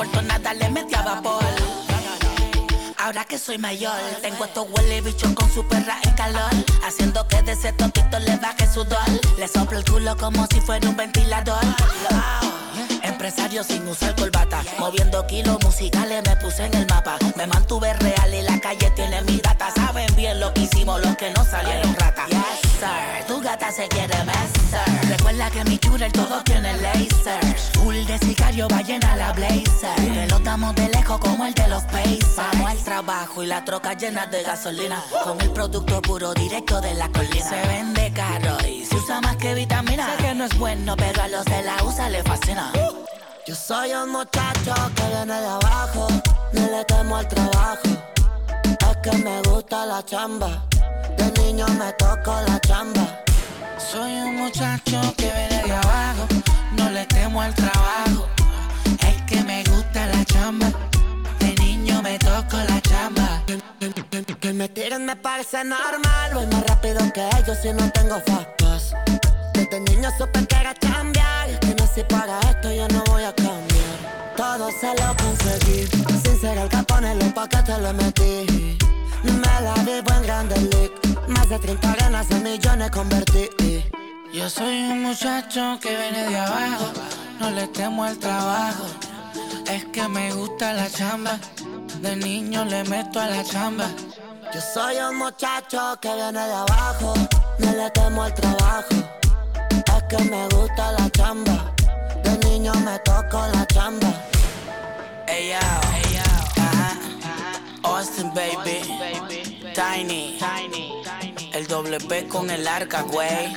aeropuerto nada le metí a vapor. Ahora que soy mayor, tengo estos huele bichos con su perra en calor, haciendo que de ese toquito le baje sudor. Le soplo el culo como si fuera un ventilador. Empresario sin usar corbata, moviendo kilos musicales me puse en el mapa. Me mantuve real y la calle tiene mi data. Saben bien lo que hicimos los que no salieron rata. Yes sir, tu gata se quiere besar. Recuerda que mi churro todo tiene laser. Full de sicario va llena la blazer. Que lo damos de lejos como el de los Pacers. Vamos al trabajo y la troca llena de gasolina, con el producto puro directo de la colina. Se vende caro y se usa más que vitamina. Sé que no es bueno pero a los de la USA le fascina. Yo soy un muchacho que viene de abajo, no le temo al trabajo. Es que me gusta la chamba, de niño me toco la chamba. Soy un muchacho que viene de abajo, no le temo al trabajo. Es que me gusta la chamba, de niño me toco la chamba. Que me tiren me parece normal, voy más rápido que ellos si no tengo fast pass. Desde niño supe que era cambiar, que nací para esto, yo no voy a cambiar. Todo se lo conseguí, sin ser el Capone, los paquetes le metí. Me la vivo en Grande League, más de 30 arenas en millones convertí. Yo soy un muchacho que viene de abajo, no le temo al trabajo. Es que me gusta la chamba, de niño le meto a la chamba. Yo soy un muchacho que viene de abajo, no le temo al trabajo. Es que me gusta la chamba, de niño me toco la chamba. Ey yo, Austin baby, Tiny, el doble P con el arca, güey.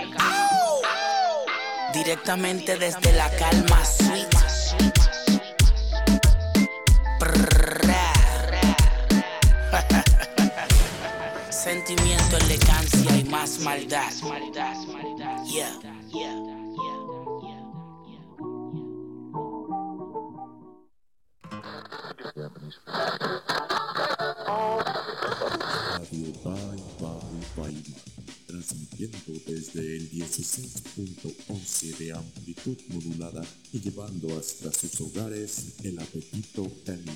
Directamente desde la Calma Suite. Sentimiento, elegancia y más maldad. Yeah. Radio Bye, transmitiendo desde el 16.11 de amplitud modulada y llevando hasta sus hogares el apetito caníbal.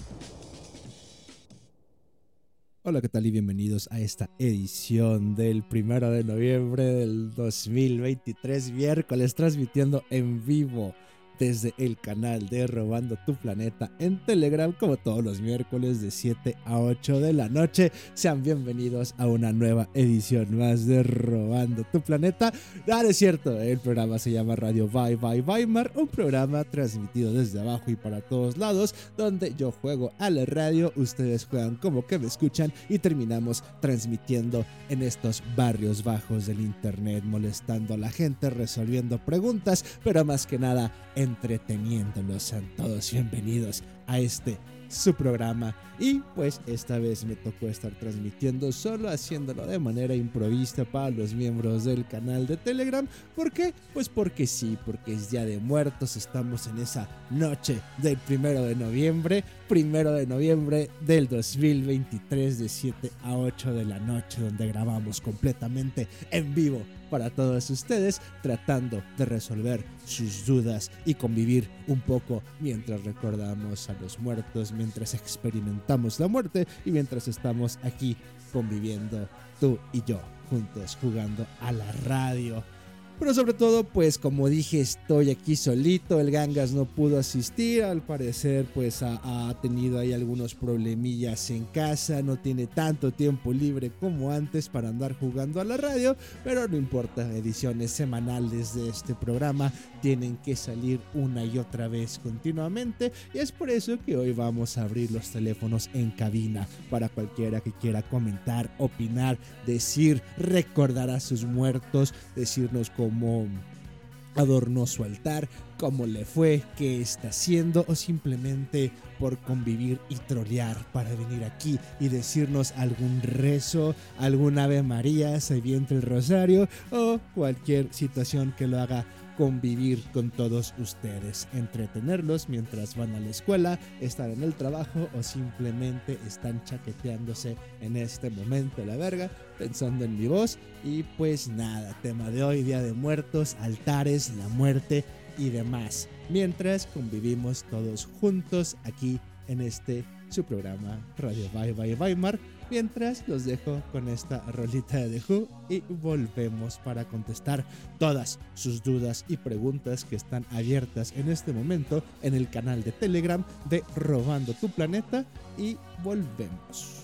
Hola, ¿qué tal? Y bienvenidos a esta edición del 1 de noviembre del 2023, miércoles, transmitiendo en vivo desde el canal de Robando tu Planeta en Telegram, como todos los miércoles de 7 a 8 de la noche. Sean bienvenidos a una nueva edición más de Robando tu Planeta. No es cierto, el programa se llama Radio Bye Weimar, un programa transmitido desde abajo y para todos lados, donde yo juego a la radio, ustedes juegan como que me escuchan y terminamos transmitiendo en estos barrios bajos del internet, molestando a la gente, resolviendo preguntas, pero más que nada entreteniéndolos. Sean todos bienvenidos a su programa. Y pues esta vez me tocó estar transmitiendo solo, haciéndolo de manera improvista para los miembros del canal de Telegram. ¿Por qué? Pues porque sí, porque es Día de Muertos. Estamos en esa noche del 1 de noviembre del 2023, de 7 a 8 de la noche, donde grabamos completamente en vivo para todos ustedes, tratando de resolver sus dudas y convivir un poco mientras recordamos a los muertos, mientras experimentamos la muerte y mientras estamos aquí conviviendo tú y yo juntos jugando a la radio. Pero sobre todo, pues como dije, estoy aquí solito. El Gangas no pudo asistir, al parecer pues ha tenido ahí algunos problemillas en casa, no tiene tanto tiempo libre como antes para andar jugando a la radio, pero no importa, ediciones semanales de este programa tienen que salir una y otra vez continuamente, y es por eso que hoy vamos a abrir los teléfonos en cabina para cualquiera que quiera comentar, opinar, decir, recordar a sus muertos, decirnos cómo adornó su altar, cómo le fue, qué está haciendo, o simplemente por convivir y trolear para venir aquí y decirnos algún rezo, algún Ave María, se aviente el rosario o cualquier situación que lo haga convivir con todos ustedes, entretenerlos mientras van a la escuela, estar en el trabajo o simplemente están chaqueteándose en este momento la verga, pensando en mi voz. Y pues nada, tema de hoy, Día de Muertos, altares, la muerte y demás. mientras convivimos todos juntos aquí en este su programa Radio Bye Bye Weimar. Mientras los dejo con esta rolita de The Who y volvemos para contestar todas sus dudas y preguntas que están abiertas en este momento en el canal de Telegram de Robando tu Planeta y volvemos.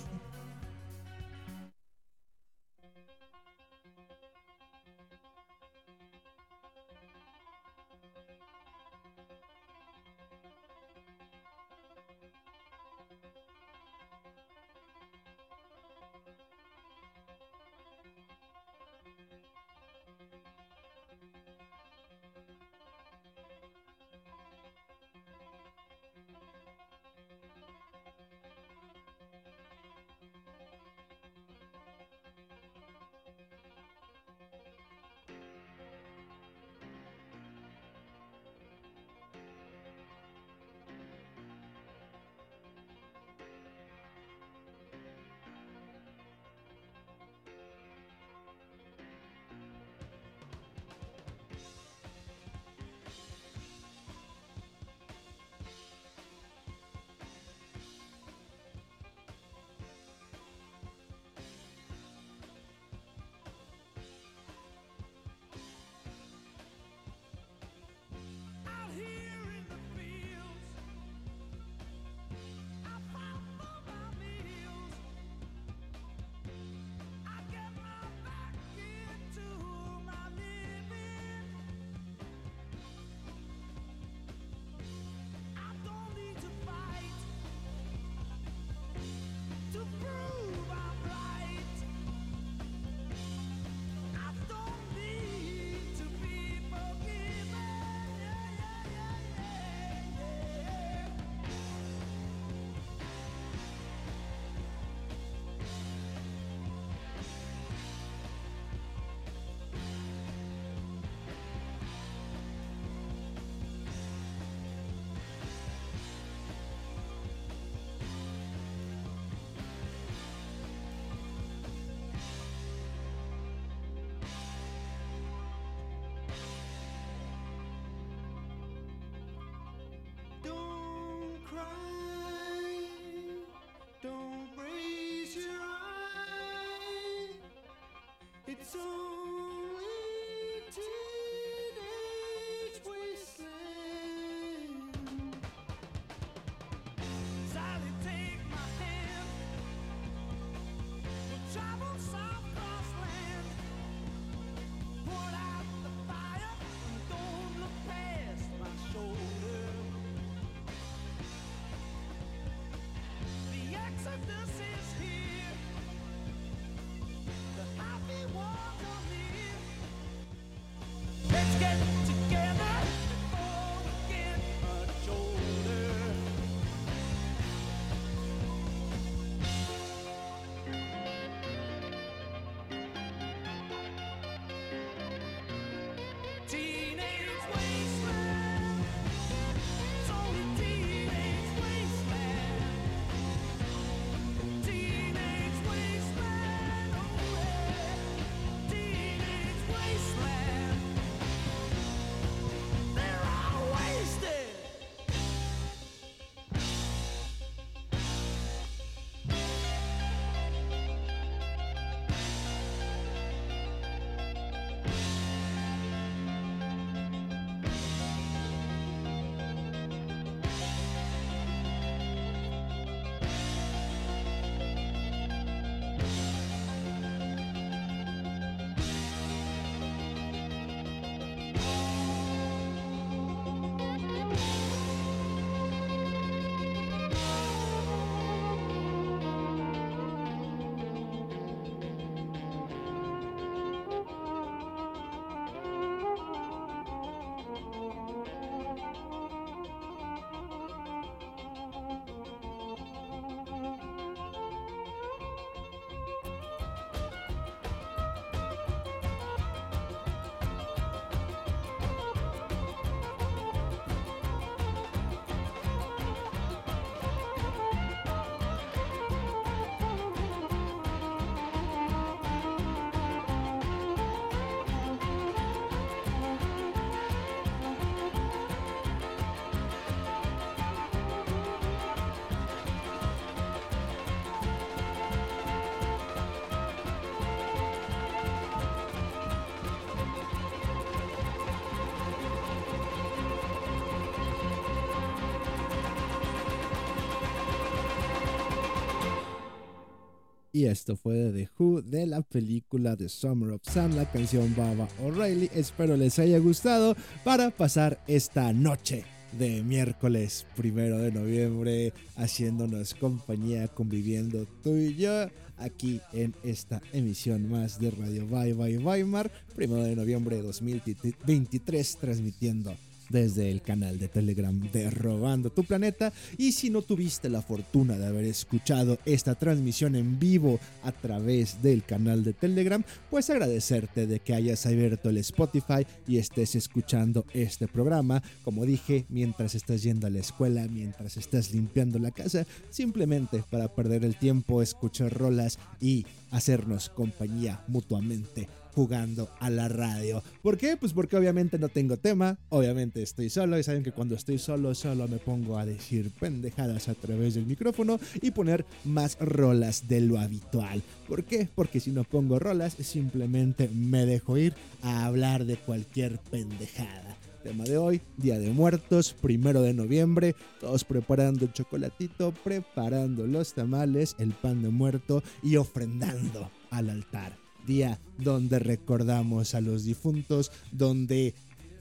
Y esto fue de The Who, de la película The Summer of Sam, la canción Baba O'Reilly. Espero les haya gustado para pasar esta noche de miércoles 1 de noviembre, haciéndonos compañía, conviviendo tú y yo aquí en esta emisión más de Radio Bye Bye Weimar, 1 de noviembre de 2023, transmitiendo desde el canal de Telegram de Robando tu Planeta. Y si no tuviste la fortuna de haber escuchado esta transmisión en vivo a través del canal de Telegram, pues agradecerte de que hayas abierto el Spotify y estés escuchando este programa, como dije, mientras estás yendo a la escuela, mientras estás limpiando la casa, simplemente para perder el tiempo, escuchar rolas y hacernos compañía mutuamente jugando a la radio. ¿Por qué? Pues porque obviamente no tengo tema, obviamente estoy solo y saben que cuando estoy solo me pongo a decir pendejadas a través del micrófono y poner más rolas de lo habitual. ¿Por qué? Porque si no pongo rolas simplemente me dejo ir a hablar de cualquier pendejada. Tema de hoy, Día de Muertos, 1 de noviembre, todos preparando el chocolatito, preparando los tamales, el pan de muerto y ofrendando al altar. Día donde recordamos a los difuntos, donde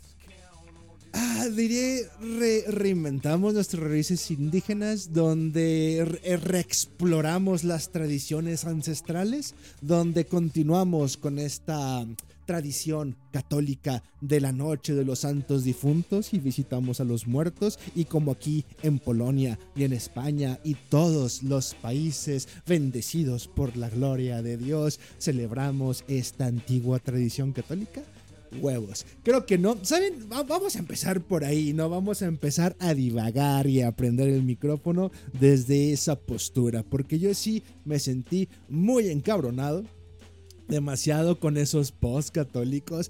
reinventamos nuestras raíces indígenas, donde reexploramos las tradiciones ancestrales, donde continuamos con esta tradición católica de la noche de los santos difuntos y visitamos a los muertos, y como aquí en Polonia y en España y todos los países bendecidos por la gloria de Dios celebramos esta antigua tradición católica. Huevos, creo que no, ¿saben? Vamos a empezar por ahí, ¿no? Vamos a empezar a divagar y a aprender el micrófono desde esa postura, porque yo sí me sentí muy encabronado, demasiado, con esos posts católicos.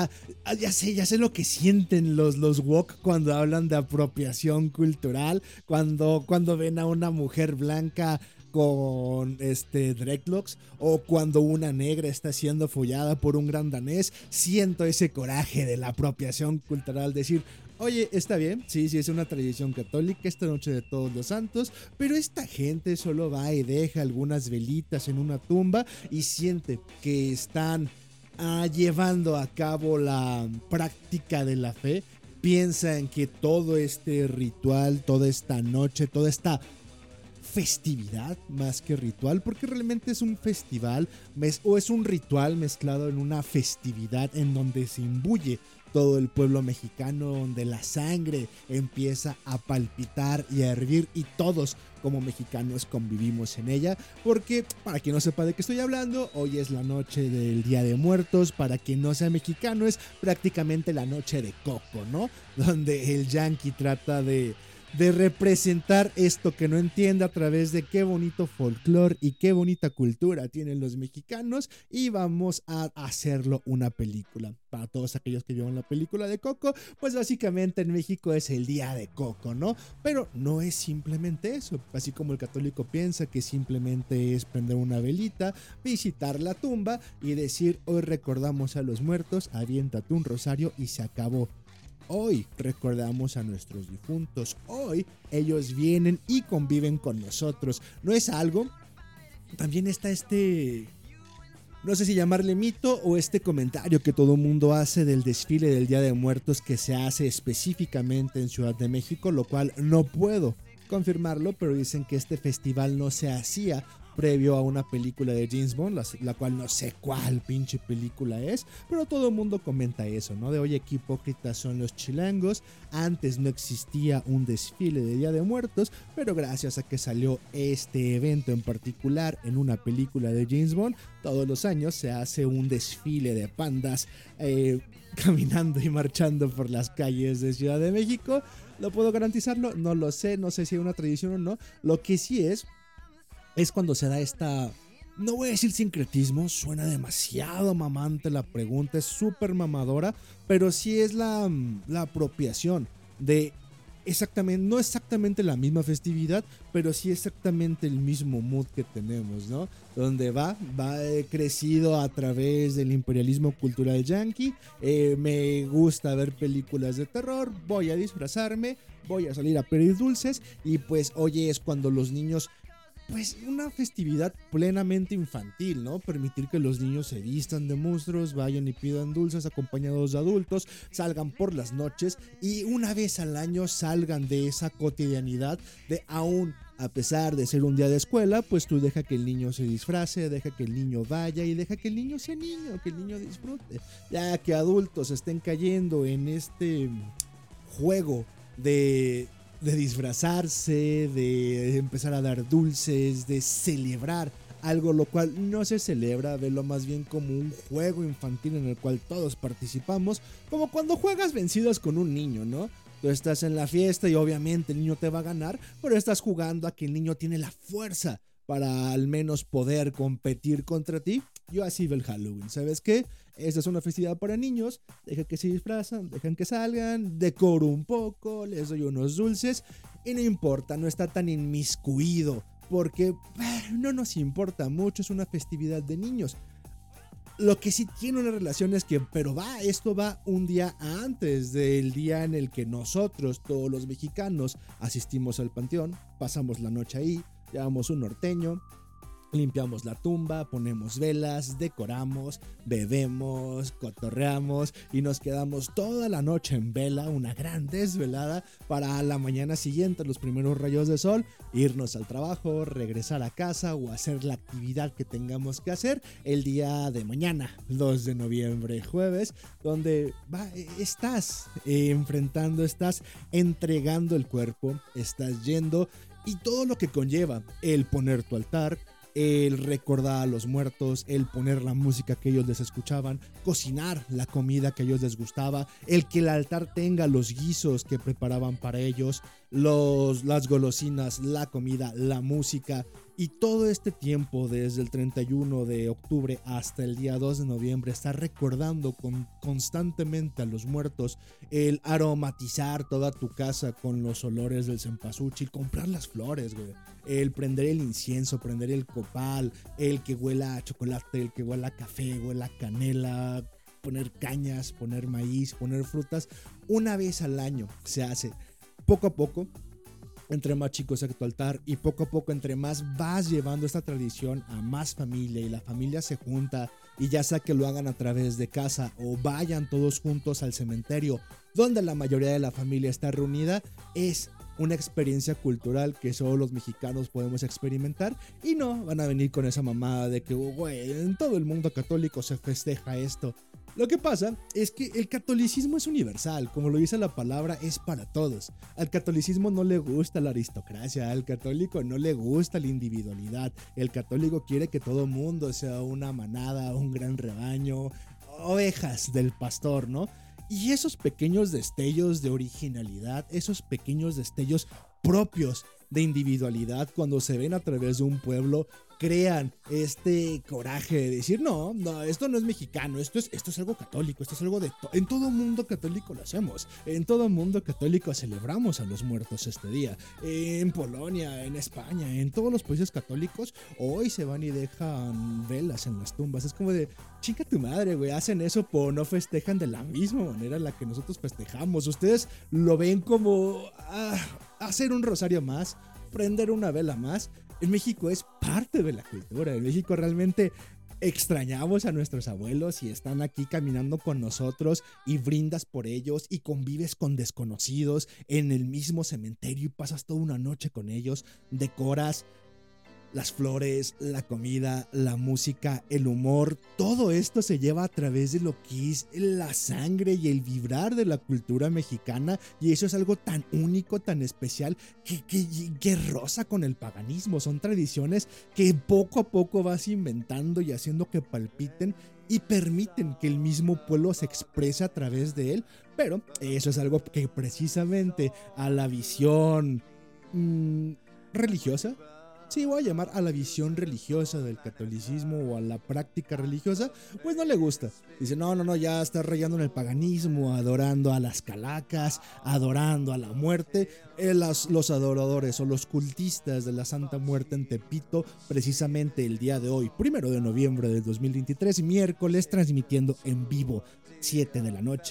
Ya sé lo que sienten los woke cuando hablan de apropiación cultural, cuando ven a una mujer blanca con dreadlocks, o cuando una negra está siendo follada por un gran danés. Siento ese coraje de la apropiación cultural, decir, oye, está bien, sí, es una tradición católica, esta noche de todos los santos, pero esta gente solo va y deja algunas velitas en una tumba y siente que están llevando a cabo la práctica de la fe. Piensa en que todo este ritual, toda esta noche, toda esta festividad, más que ritual, porque realmente es un festival o es un ritual mezclado en una festividad en donde se imbuye todo el pueblo mexicano, donde la sangre empieza a palpitar y a hervir, y todos como mexicanos convivimos en ella. Porque, para quien no sepa de qué estoy hablando, hoy es la noche del Día de Muertos. Para quien no sea mexicano, es prácticamente la noche de Coco, ¿no? Donde el yankee trata de representar esto que no entiende a través de qué bonito folclore y qué bonita cultura tienen los mexicanos, y vamos a hacerlo una película. Para todos aquellos que vieron la película de Coco, pues básicamente en México es el Día de Coco, ¿no? Pero no es simplemente eso, así como el católico piensa que simplemente es prender una velita, visitar la tumba y decir, hoy recordamos a los muertos, aviéntate un rosario y se acabó. Hoy recordamos a nuestros difuntos, hoy ellos vienen y conviven con nosotros. No es algo, también está no sé si llamarle mito o comentario que todo mundo hace del desfile del Día de Muertos que se hace específicamente en Ciudad de México, lo cual no puedo confirmarlo, pero dicen que este festival no se hacía previo a una película de James Bond, la cual no sé cuál pinche película es, pero todo el mundo comenta eso, ¿no? De oye, qué hipócritas son los chilangos, antes no existía un desfile de Día de Muertos, pero gracias a que salió este evento en particular en una película de James Bond, todos los años se hace un desfile de pandas caminando y marchando por las calles de Ciudad de México. ¿Lo puedo garantizarlo? No lo sé, no sé si es una tradición o no. Lo que sí es cuando se da esta, no voy a decir sincretismo, suena demasiado mamante la pregunta, es súper mamadora, pero sí es la apropiación de exactamente, no exactamente la misma festividad, pero sí exactamente el mismo mood que tenemos, ¿no? Donde va crecido a través del imperialismo cultural yankee. Me gusta ver películas de terror, voy a disfrazarme, voy a salir a pedir dulces, y pues oye, es cuando los niños pues una festividad plenamente infantil, ¿no? Permitir que los niños se vistan de monstruos, vayan y pidan dulces acompañados de adultos, salgan por las noches y una vez al año salgan de esa cotidianidad de aún a pesar de ser un día de escuela, pues tú deja que el niño se disfrace, deja que el niño vaya y deja que el niño sea niño, que el niño disfrute. Ya que adultos estén cayendo en este juego de disfrazarse, de empezar a dar dulces, de celebrar algo lo cual no se celebra, verlo más bien como un juego infantil en el cual todos participamos, como cuando juegas vencidos con un niño, ¿no? Tú estás en la fiesta y obviamente el niño te va a ganar, pero estás jugando a que el niño tiene la fuerza para al menos poder competir contra ti. Yo así veo el Halloween, ¿sabes qué? Esta es una festividad para niños, deja que se disfrazan, dejan que salgan, decoro un poco, les doy unos dulces y no importa, no está tan inmiscuido porque no nos importa mucho, es una festividad de niños. Lo que sí tiene una relación es que, esto va un día antes del día en el que nosotros, todos los mexicanos, asistimos al panteón, pasamos la noche ahí, llevamos un norteño, limpiamos la tumba, ponemos velas, decoramos, bebemos, cotorreamos y nos quedamos toda la noche en vela, una gran desvelada para a la mañana siguiente, los primeros rayos de sol, irnos al trabajo, regresar a casa o hacer la actividad que tengamos que hacer el día de mañana, 2 de noviembre, jueves, donde estás enfrentando, estás entregando el cuerpo, estás yendo y todo lo que conlleva el poner tu altar, el recordar a los muertos, el poner la música que ellos les escuchaban, cocinar la comida que a ellos les gustaba, el que el altar tenga los guisos que preparaban para ellos, las golosinas, la comida, la música y todo este tiempo desde el 31 de octubre hasta el día 2 de noviembre está recordando constantemente a los muertos, el aromatizar toda tu casa con los olores del cempasúchil, comprar las flores, güey, el prender el incienso, prender el copal, el que huela a chocolate, el que huela a café, huela a canela, poner cañas, poner maíz, poner frutas, una vez al año se hace. Poco a poco, entre más chicos sea tu altar y poco a poco entre más vas llevando esta tradición a más familia y la familia se junta y ya sea que lo hagan a través de casa o vayan todos juntos al cementerio donde la mayoría de la familia está reunida, es una experiencia cultural que solo los mexicanos podemos experimentar y no van a venir con esa mamada de que güey, en todo el mundo católico se festeja esto. Lo que pasa es que el catolicismo es universal, como lo dice la palabra, es para todos. Al catolicismo no le gusta la aristocracia, al católico no le gusta la individualidad. El católico quiere que todo mundo sea una manada, un gran rebaño, ovejas del pastor, ¿no? Y esos pequeños destellos de originalidad, esos pequeños destellos propios de individualidad cuando se ven a través de un pueblo, crean este coraje de decir no, esto no es mexicano, esto es algo católico, esto es algo en todo mundo católico lo hacemos, en todo mundo católico celebramos a los muertos este día, en Polonia, en España, en todos los países católicos, hoy se van y dejan velas en las tumbas, es como de, chinga tu madre, güey, hacen eso, pero no festejan de la misma manera en la que nosotros festejamos, ustedes lo ven como hacer un rosario más, prender una vela más. En México es parte de la cultura. En México realmente extrañamos a nuestros abuelos y están aquí caminando con nosotros y brindas por ellos y convives con desconocidos en el mismo cementerio y pasas toda una noche con ellos, decoras las flores, la comida, la música, el humor, todo esto se lleva a través de lo que es la sangre y el vibrar de la cultura mexicana y eso es algo tan único, tan especial que roza con el paganismo. Son tradiciones que poco a poco vas inventando y haciendo que palpiten y permiten que el mismo pueblo se exprese a través de él, pero eso es algo que precisamente a la visión religiosa, sí, voy a llamar a la visión religiosa del catolicismo o a la práctica religiosa, pues no le gusta. Dice, no, ya está rayando en el paganismo, adorando a las calacas, adorando a la muerte. Los adoradores o los cultistas de la Santa Muerte en Tepito, precisamente el día de hoy, 1 de noviembre del 2023, miércoles, transmitiendo en vivo, 7 de la noche,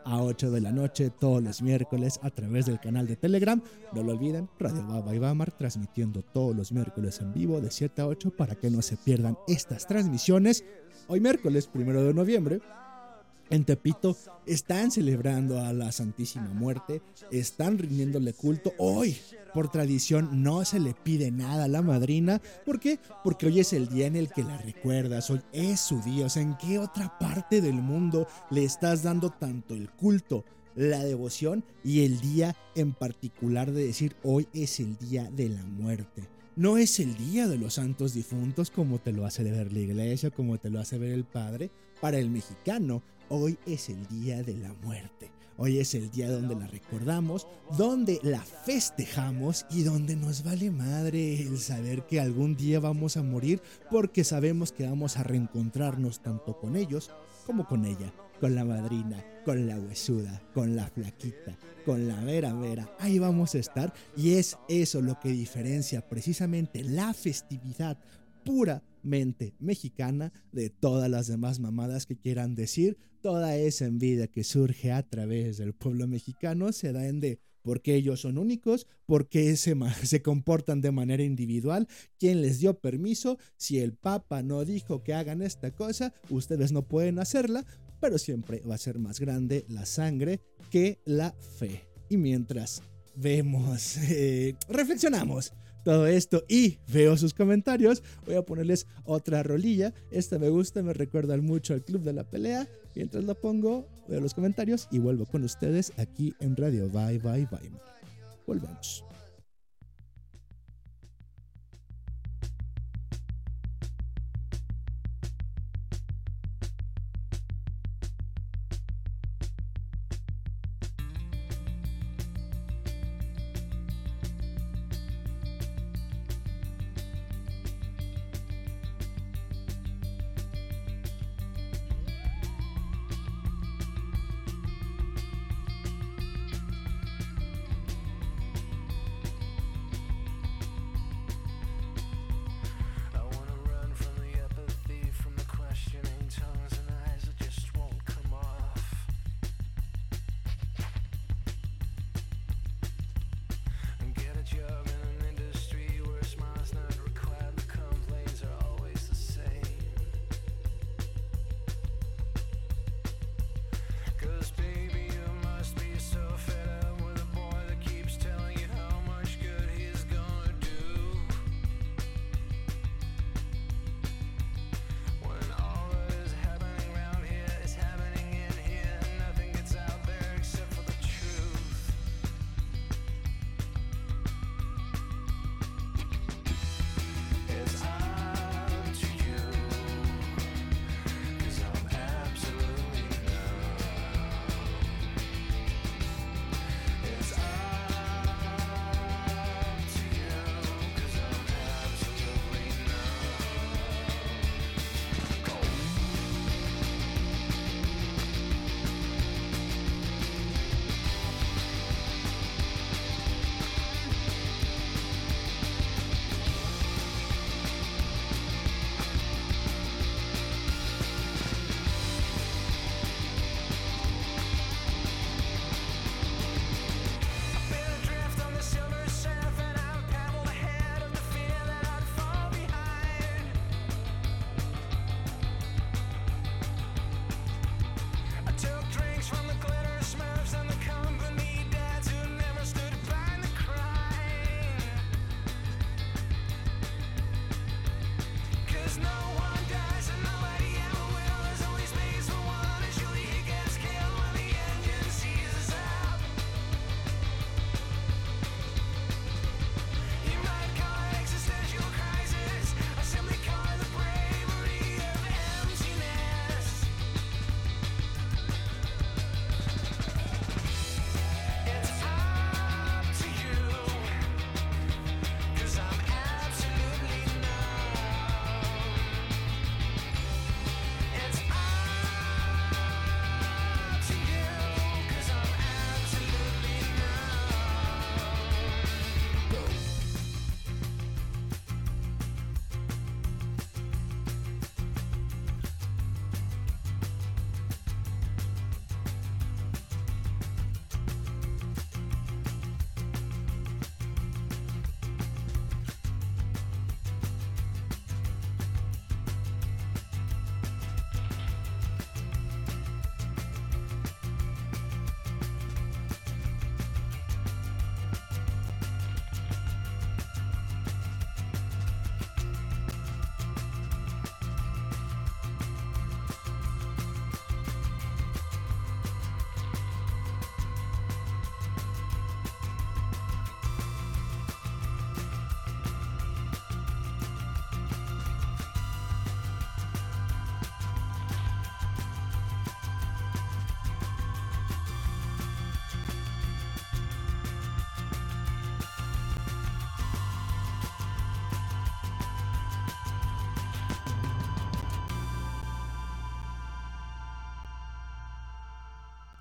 a 8 de la noche todos los miércoles a través del canal de Telegram. No lo olviden, Radio Baba y Bamar transmitiendo todos los miércoles en vivo de 7 a 8 para que no se pierdan estas transmisiones. Hoy miércoles 1 de noviembre en Tepito están celebrando a la Santísima Muerte, están rindiéndole culto. Hoy, por tradición, no se le pide nada a la madrina. ¿Por qué? Porque hoy es el día en el que la recuerdas, hoy es su día. O sea, ¿en qué otra parte del mundo le estás dando tanto el culto, la devoción y el día en particular de decir hoy es el día de la muerte? No es el día de los santos difuntos como te lo hace ver la iglesia, como te lo hace ver el padre. Para el mexicano, hoy es el día de la muerte. Hoy es el día donde la recordamos, donde la festejamos y donde nos vale madre el saber que algún día vamos a morir, porque sabemos que vamos a reencontrarnos tanto con ellos como con ella, con la madrina, con la huesuda, con la flaquita, con la mera mera. Ahí vamos a estar, y es eso lo que diferencia precisamente la festividad puramente mexicana de todas las demás mamadas que quieran decir. Toda esa envidia que surge a través del pueblo mexicano se da en de por qué ellos son únicos, por qué se comportan de manera individual, quién les dio permiso, si el Papa no dijo que hagan esta cosa, ustedes no pueden hacerla, pero siempre va a ser más grande la sangre que la fe. Y mientras vemos, reflexionamos todo esto y veo sus comentarios, voy a ponerles otra rolilla. Esta me gusta, me recuerda mucho al Club de la Pelea. Mientras lo pongo, veo los comentarios y vuelvo con ustedes aquí en Radio Bye Bye Bye. Volvemos.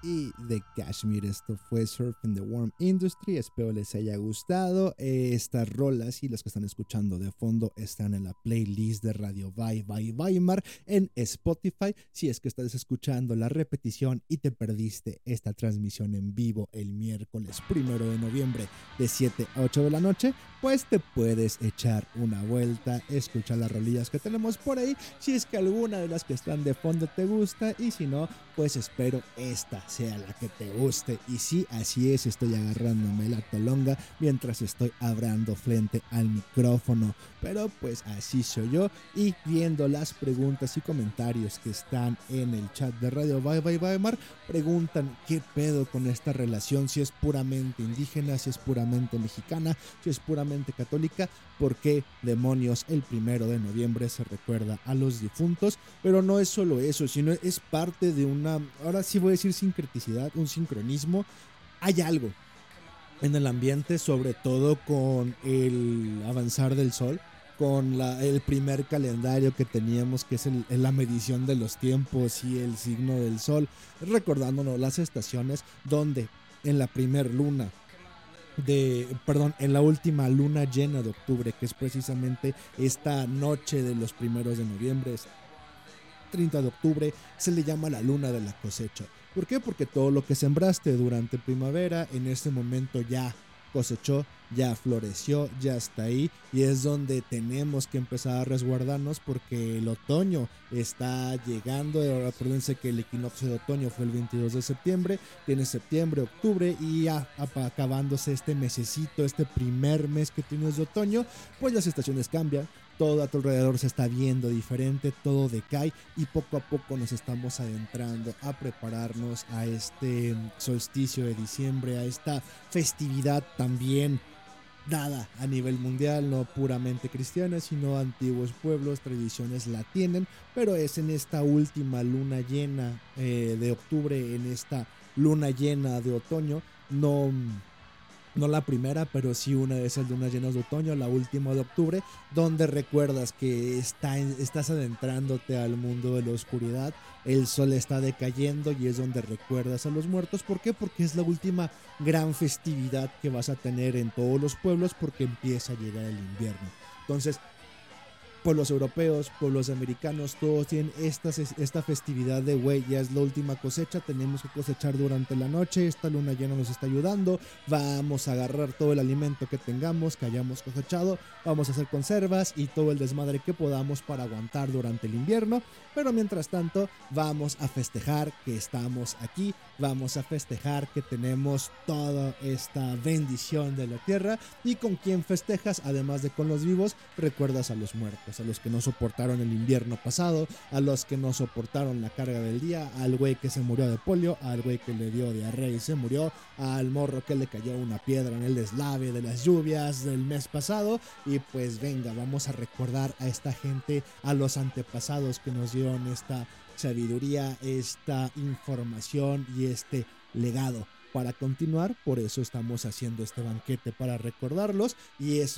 y de Kashmir. Esto fue Surf in the Warm Industry. Espero les haya gustado. Estas rolas y las que están escuchando de fondo están en la playlist de Radio Bye Bye Weimar en Spotify. Si es que estás escuchando la repetición y te perdiste esta transmisión en vivo el miércoles 1 de noviembre de 7 a 8 de la noche, pues te puedes echar una vuelta, escuchar las rolillas que tenemos por ahí, si es que alguna de las que están de fondo te gusta, y si no, pues espero esta sea la que te guste. Y sí, así es, estoy agarrándome la tolonga mientras estoy hablando frente al micrófono, pero pues así soy yo. Y viendo las preguntas y comentarios que están en el chat de Radio Bye Bye Weimar, preguntan qué pedo con esta relación, si es puramente indígena, si es puramente mexicana, si es puramente católica, por qué demonios el 1 de noviembre se recuerda a los difuntos. Pero no es solo eso, sino es parte de una, ahora sí voy a decir sincreticidad, un sincronismo. Hay algo en el ambiente, sobre todo con el avanzar del sol, con el primer calendario que teníamos, que es la medición de los tiempos y el signo del sol, recordándonos las estaciones donde en la primer luna en la última luna llena de octubre, que es precisamente esta noche de los 1 de noviembre, 30 de octubre, se le llama la luna de la cosecha. ¿Por qué? Porque todo lo que sembraste durante primavera, en este momento ya cosechó, ya floreció, ya está ahí, y es donde tenemos que empezar a resguardarnos, porque el otoño está llegando. Ahora acuérdense que el equinoccio de otoño fue el 22 de septiembre, tiene septiembre, octubre, y ya acabándose este mesecito, este primer mes que tienes de otoño, pues las estaciones cambian. Todo a tu alrededor se está viendo diferente, todo decae, y poco a poco nos estamos adentrando a prepararnos a este solsticio de diciembre, a esta festividad también dada a nivel mundial, no puramente cristiana, sino antiguos pueblos, tradiciones la tienen, pero es en esta última luna llena de octubre, en esta luna llena de otoño, no la primera, pero sí una de esas lunas llenas de otoño, la última de octubre, donde recuerdas que estás adentrándote al mundo de la oscuridad, el sol está decayendo, y es donde recuerdas a los muertos. ¿Por qué? Porque es la última gran festividad que vas a tener en todos los pueblos, porque empieza a llegar el invierno. Entonces, pueblos europeos, pueblos americanos, todos tienen esta festividad de güey, ya es la última cosecha, tenemos que cosechar durante la noche, esta luna llena nos está ayudando, vamos a agarrar todo el alimento que tengamos, que hayamos cosechado, vamos a hacer conservas y todo el desmadre que podamos para aguantar durante el invierno. Pero mientras tanto vamos a festejar que estamos aquí, vamos a festejar que tenemos toda esta bendición de la tierra. ¿Y con quién festejas? Además de con los vivos, recuerdas a los muertos, a los que no soportaron el invierno pasado, a los que no soportaron la carga del día, al güey que se murió de polio, al güey que le dio diarrea y se murió, al morro que le cayó una piedra en el deslave de las lluvias del mes pasado. Y pues venga, vamos a recordar a esta gente, a los antepasados que nos dieron esta sabiduría, esta información y este legado para continuar. Por eso estamos haciendo este banquete, para recordarlos, y es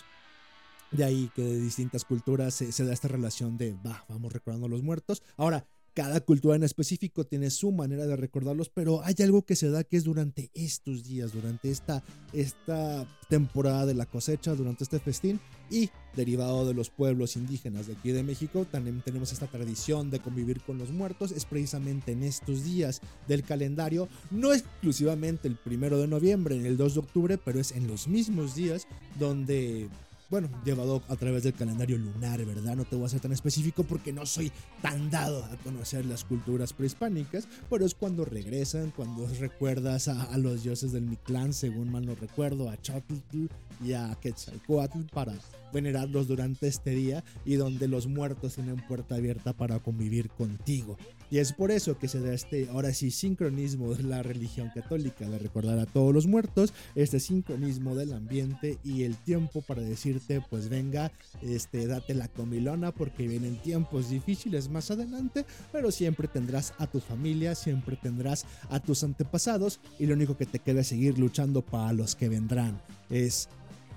de ahí que de distintas culturas se da esta relación de vamos recordando a los muertos. Ahora, cada cultura en específico tiene su manera de recordarlos, pero hay algo que se da, que es durante estos días, durante esta temporada de la cosecha, durante este festín, y derivado de los pueblos indígenas de aquí de México, también tenemos esta tradición de convivir con los muertos. Es precisamente en estos días del calendario, no exclusivamente el 1 de noviembre, en el 2 de octubre, pero es en los mismos días donde, bueno, llevado a través del calendario lunar, ¿verdad? No te voy a ser tan específico porque no soy tan dado a conocer las culturas prehispánicas, pero es cuando regresan, cuando recuerdas a los dioses del Mictlán, según mal no recuerdo, a Xochitl y a Quetzalcóatl, para venerarlos durante este día, y donde los muertos tienen puerta abierta para convivir contigo. Y es por eso que se da ahora sí, sincronismo de la religión católica, de recordar a todos los muertos, este sincronismo del ambiente y el tiempo para decirte, pues venga, date la comilona, porque vienen tiempos difíciles más adelante, pero siempre tendrás a tu familia, siempre tendrás a tus antepasados, y lo único que te queda es seguir luchando para los que vendrán. Es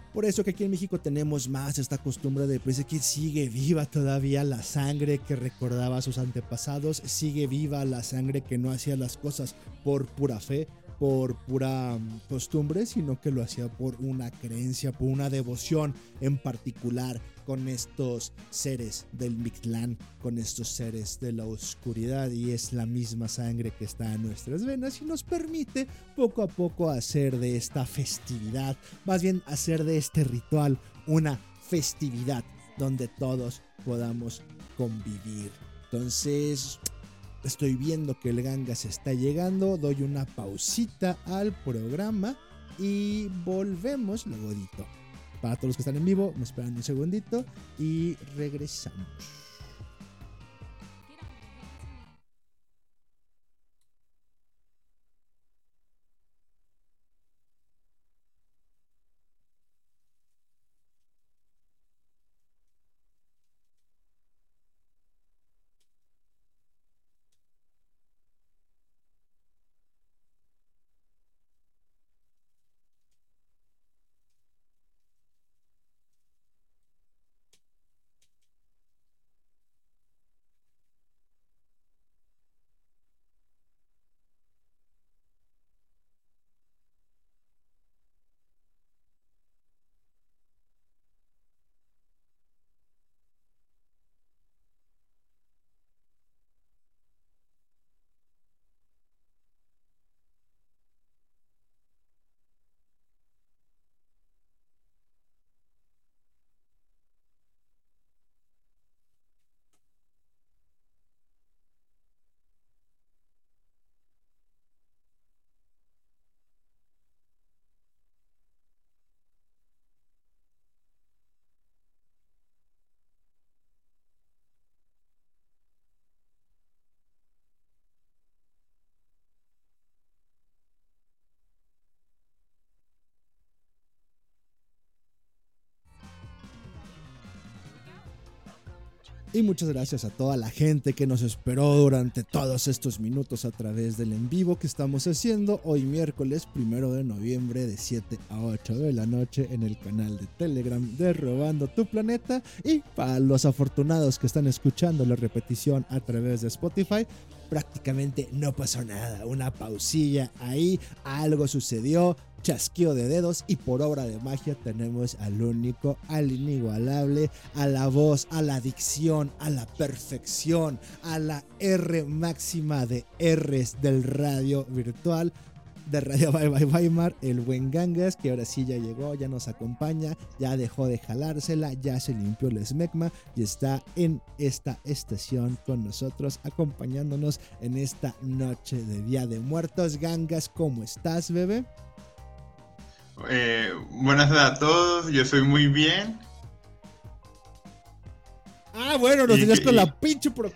Por eso que aquí en México tenemos más esta costumbre de pues, que sigue viva todavía la sangre que recordaba a sus antepasados, sigue viva la sangre que no hacía las cosas por pura fe, por pura costumbre, sino que lo hacía por una creencia, por una devoción en particular con estos seres del Mictlán, con estos seres de la oscuridad, y es la misma sangre que está en nuestras venas y nos permite poco a poco hacer de esta festividad, más bien hacer de este ritual una festividad donde todos podamos convivir. Entonces, estoy viendo que el Gangas está llegando, doy una pausita al programa y volvemos luego. Para todos los que están en vivo, me esperan un segundito y regresamos. Y muchas gracias a toda la gente que nos esperó durante todos estos minutos a través del en vivo que estamos haciendo hoy miércoles 1 de noviembre de 7 a 8 de la noche en el canal de Telegram de Robando tu Planeta. Y para los afortunados que están escuchando la repetición a través de Spotify, prácticamente no pasó nada, una pausilla ahí, algo sucedió, chasquido de dedos y por obra de magia tenemos al único, al inigualable, a la voz, a la dicción, a la perfección, a la R máxima de R's del radio virtual, de Radio Bye Bye Weimar, el buen Gangas, que ahora sí ya llegó, ya nos acompaña, ya dejó de jalársela, ya se limpió el esmegma y está en esta estación con nosotros, acompañándonos en esta noche de Día de Muertos. Gangas, ¿cómo estás, bebé? Buenas a todos, yo soy muy bien. Ah, bueno, nos tenías con la pinche no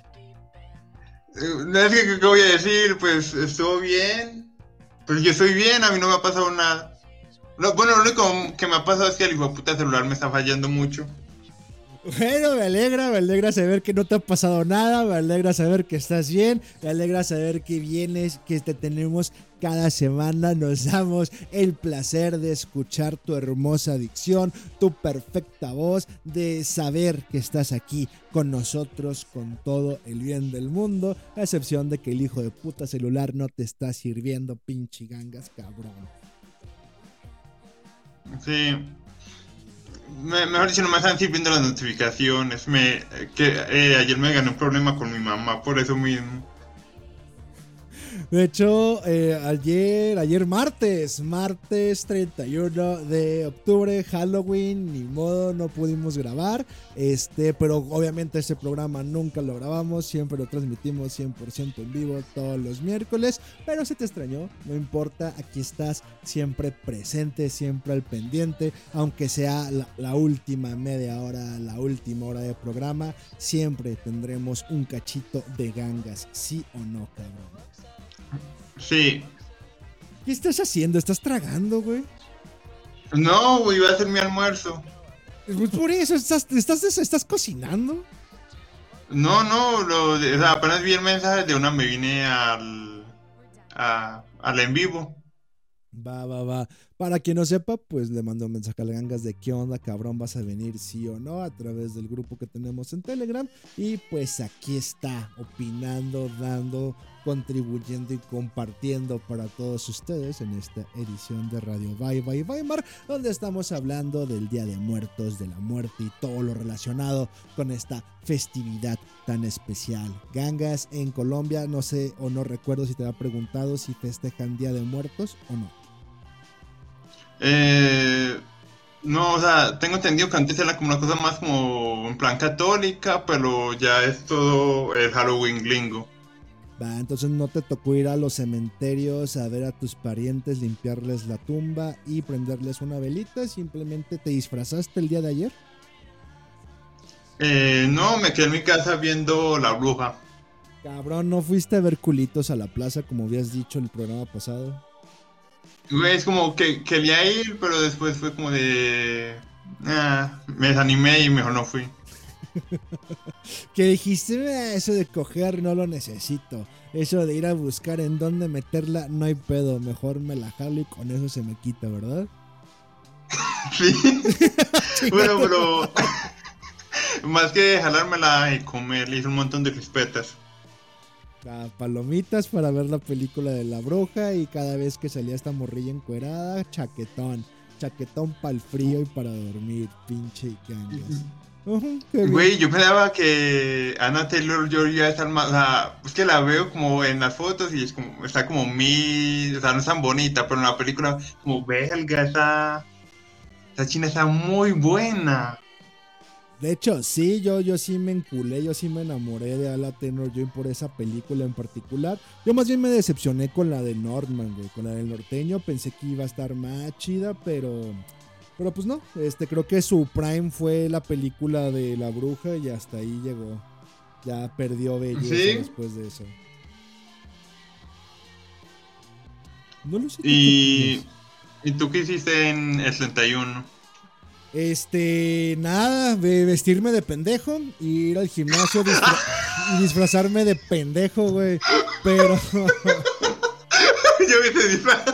es que, ¿qué voy a decir? Pues estuvo bien. Pues yo estoy bien, a mí no me ha pasado nada. Bueno, lo único que me ha pasado es que el hijo de puta celular me está fallando mucho. Bueno, me alegra saber que no te ha pasado nada, me alegra saber que estás bien, me alegra saber que vienes, que te tenemos cada semana, nos damos el placer de escuchar tu hermosa dicción, tu perfecta voz, de saber que estás aquí con nosotros con todo el bien del mundo, a excepción de que el hijo de puta celular no te está sirviendo, pinche Gangas, cabrón. Sí. Mejor dicho, no me están sirviendo las notificaciones. Ayer me gané un problema con mi mamá, por eso mismo. De hecho, ayer martes 31 de octubre, Halloween, ni modo, no pudimos grabar, pero obviamente este programa nunca lo grabamos, siempre lo transmitimos 100% en vivo todos los miércoles, pero se te extrañó, no importa, aquí estás siempre presente, siempre al pendiente, aunque sea la última media hora, la última hora de programa, siempre tendremos un cachito de Gangas, ¿sí o no, cabrón? Sí. ¿Qué estás haciendo? ¿Estás tragando, güey? No, güey, iba a hacer mi almuerzo. Pues por eso, ¿estás cocinando? No, o sea, apenas vi el mensaje de una, me vine al en vivo. Va. Para quien no sepa, pues le mando un mensaje al Gangas de qué onda, cabrón, vas a venir sí o no a través del grupo que tenemos en Telegram. Y pues aquí está, opinando, dando, contribuyendo y compartiendo para todos ustedes en esta edición de Radio Bye Bye Weimar, donde estamos hablando del Día de Muertos, de la muerte y todo lo relacionado con esta festividad tan especial. Gangas, en Colombia, no sé o no recuerdo si te había preguntado si festejan Día de Muertos o no. No, o sea, tengo entendido que antes era como una cosa más como en plan católica, pero ya es todo el Halloween gringo. Va, entonces no te tocó ir a los cementerios a ver a tus parientes, limpiarles la tumba y prenderles una velita, simplemente te disfrazaste el día de ayer. No, me quedé en mi casa viendo La Bruja. Cabrón, ¿no fuiste a ver culitos a la plaza como habías dicho en el programa pasado? Güey, es como que quería ir, pero después fue como de... me desanimé y mejor no fui. Que dijiste, eso de coger no lo necesito. Eso de ir a buscar en dónde meterla, no hay pedo. Mejor me la jalo y con eso se me quita, ¿verdad? Sí. Bueno, pero... más que jalármela y comer, le hice un montón de crispetas. Palomitas para ver la película de La Bruja y cada vez que salía esta morrilla encuerada, chaquetón para el frío y para dormir, pinche Gangas. Güey, yo pensaba que Anna Taylor-Joy ya está más, o sea, es que la veo como en las fotos y es como, está como o sea, no es tan bonita, pero en la película como belga, esa china está muy buena. De hecho, sí, yo sí me enculé, yo sí me enamoré de Anna Taylor-Joy por esa película en particular. Yo más bien me decepcioné con la de Northman, güey, con la del norteño. Pensé que iba a estar más chida, pero pues no. Creo que su prime fue la película de La Bruja y hasta ahí llegó. Ya perdió belleza. ¿Sí? Después de eso. No lo sé. ¿Y tú qué hiciste en el 31? Nada, vestirme de pendejo y ir al gimnasio y disfrazarme de pendejo, güey. Pero... Yo vi ese disfraz.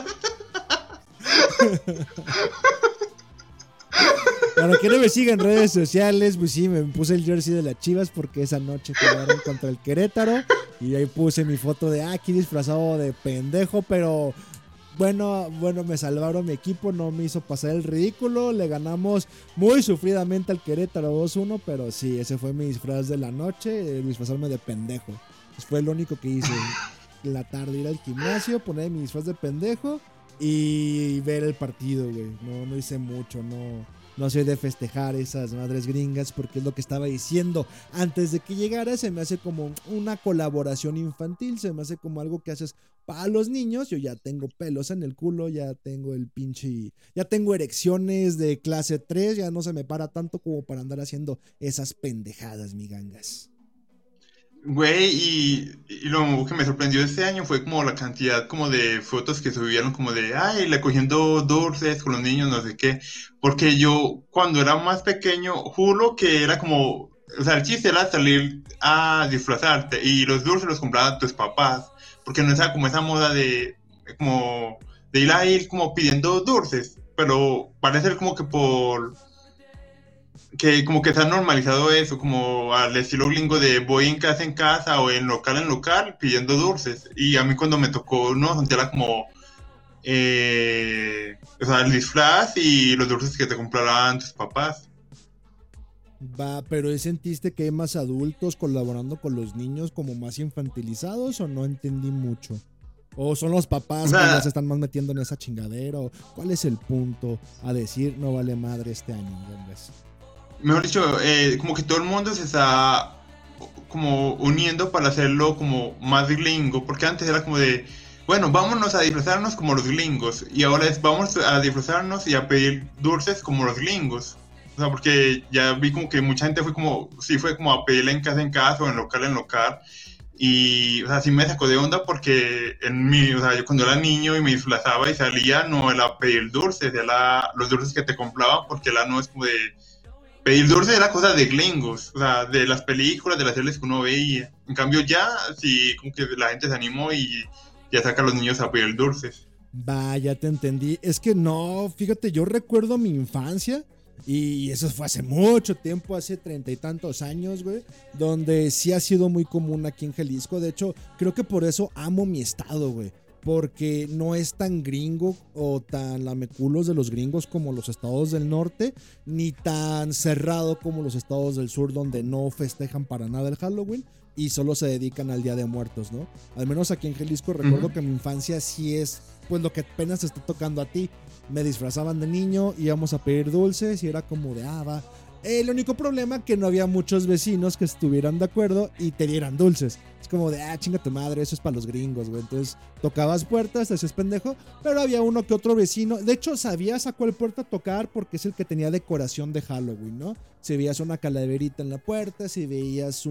Para que no me sigan en redes sociales, pues sí, me puse el jersey de las Chivas porque esa noche jugaron contra el Querétaro. Y ahí puse mi foto de aquí disfrazado de pendejo, pero... Bueno, me salvaron mi equipo, no me hizo pasar el ridículo, le ganamos muy sufridamente al Querétaro 2-1, pero sí, ese fue mi disfraz de la noche, disfrazarme de pendejo. Pues fue lo único que hice en la tarde, ir al gimnasio, poner mi disfraz de pendejo y ver el partido, güey. No hice mucho, no soy de festejar esas madres gringas porque es lo que estaba diciendo antes de que llegara. Se me hace como una colaboración infantil, se me hace como algo que haces para los niños. Yo ya tengo pelos en el culo, ya tengo ya tengo erecciones de clase 3, ya no se me para tanto como para andar haciendo esas pendejadas, mi Gangas. Güey, y lo que me sorprendió este año fue como la cantidad como de fotos que subieron como de, le cogiendo dulces con los niños, no sé qué, porque yo cuando era más pequeño, juro que era como, o sea, el chiste era salir a disfrazarte y los dulces los compraban tus papás, porque no era como esa moda de ir como pidiendo dulces, pero parece como que como que se ha normalizado eso, como al estilo gringo de voy en casa o en local pidiendo dulces. Y a mí cuando me tocó, no, era como, o sea, el disfraz y los dulces que te compraran tus papás. Va, pero ¿sentiste que hay más adultos colaborando con los niños como más infantilizados o no entendí mucho? ¿O son los papás que ya se están más metiendo en esa chingadera? ¿Cuál es el punto a decir no vale madre este año? ¿Entiendes? Mejor dicho, como que todo el mundo se está como uniendo para hacerlo como más gringo, porque antes era como de, bueno, vámonos a disfrazarnos como los gringos, y ahora vamos a disfrazarnos y a pedir dulces como los gringos. O sea, porque ya vi como que mucha gente fue como a pedirle en casa o en local, y, o sea, sí me sacó de onda porque o sea, yo cuando era niño y me disfrazaba y salía, no era pedir dulces, era los dulces que te compraban, porque no es como de... Pedir dulces era cosa de gringos, o sea, de las películas, de las series que uno veía. En cambio ya, sí, como que la gente se animó y ya saca a los niños a pedir dulces. Vaya, te entendí. Es que no, fíjate, yo recuerdo mi infancia y eso fue hace mucho tiempo, hace 30 y tantos años, güey, donde sí ha sido muy común aquí en Jalisco. De hecho, creo que por eso amo mi estado, güey. Porque no es tan gringo o tan lameculos de los gringos como los estados del norte, ni tan cerrado como los estados del sur, donde no festejan para nada el Halloween y solo se dedican al Día de Muertos, ¿no? Al menos aquí en Jalisco recuerdo que mi infancia sí es, pues lo que apenas te está tocando a ti. Me disfrazaban de niño, íbamos a pedir dulces y era como de, va. El único problema que no había muchos vecinos que estuvieran de acuerdo y te dieran dulces. Es como de, chinga tu madre, eso es para los gringos, güey. Entonces tocabas puertas, te hacías pendejo, pero había uno que otro vecino. De hecho, sabías a cuál puerta tocar porque es el que tenía decoración de Halloween, ¿no? Si veías una calaverita en la puerta, si veías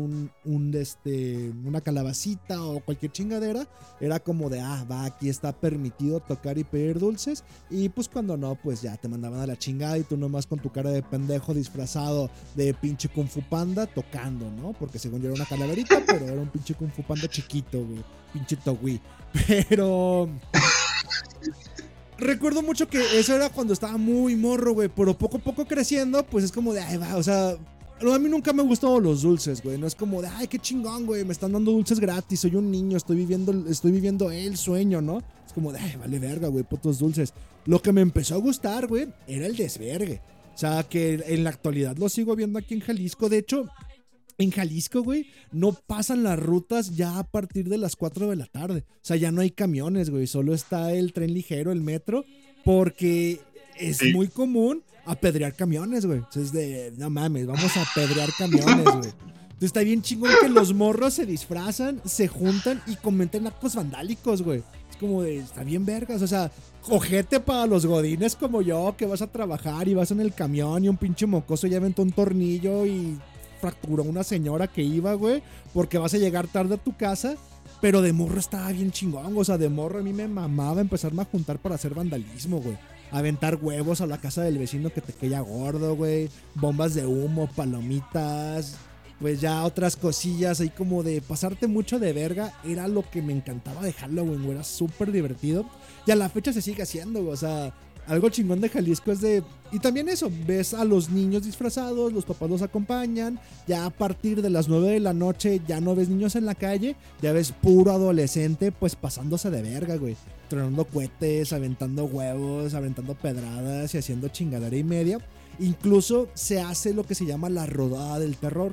una calabacita o cualquier chingadera, era como de, va, aquí está permitido tocar y pedir dulces. Y pues cuando no, pues ya te mandaban a la chingada y tú nomás con tu cara de pendejo disfrazado de pinche Kung Fu Panda tocando, ¿no? Porque según yo era una calaverita, pero era un pinche Kung Fu Panda chiquito, güey. Pinche Togui. Pero recuerdo mucho que eso era cuando estaba muy morro, güey. Pero poco a poco creciendo, pues es como de, va, o sea, a mí nunca me han gustado los dulces, güey. No es como de, qué chingón, güey. Me están dando dulces gratis. Soy un niño, estoy viviendo el sueño, ¿no? Es como de, vale verga, güey, putos dulces. Lo que me empezó a gustar, güey, era el desvergue. O sea, que en la actualidad lo sigo viendo aquí en Jalisco. De hecho, en Jalisco, güey, no pasan las rutas ya a partir de las 4 de la tarde. O sea, ya no hay camiones, güey. Solo está el tren ligero, el metro, porque es muy común apedrear camiones, güey. Entonces, no mames, vamos a apedrear camiones, güey. Entonces, está bien chingón que los morros se disfrazan, se juntan y cometen actos vandálicos, güey. Es como de, está bien vergas, o sea, ojete para los godines como yo, que vas a trabajar y vas en el camión y un pinche mocoso ya aventó un tornillo y fracturó una señora que iba, güey, porque vas a llegar tarde a tu casa. Pero de morro estaba bien chingón, o sea, de morro a mí me mamaba empezarme a juntar para hacer vandalismo, güey. Aventar huevos a la casa del vecino que te queda gordo, güey. Bombas de humo, palomitas, pues ya otras cosillas ahí como de pasarte mucho de verga. Era lo que me encantaba de Halloween, güey, era súper divertido. Y a la fecha se sigue haciendo, güey, o sea, algo chingón de Jalisco es de... Y también eso, ves a los niños disfrazados, los papás los acompañan, ya a partir de las 9 de la noche ya no ves niños en la calle, ya ves puro adolescente pues pasándose de verga, güey. Tronando cohetes, aventando huevos, aventando pedradas y haciendo chingadera y media. Incluso se hace lo que se llama la rodada del terror,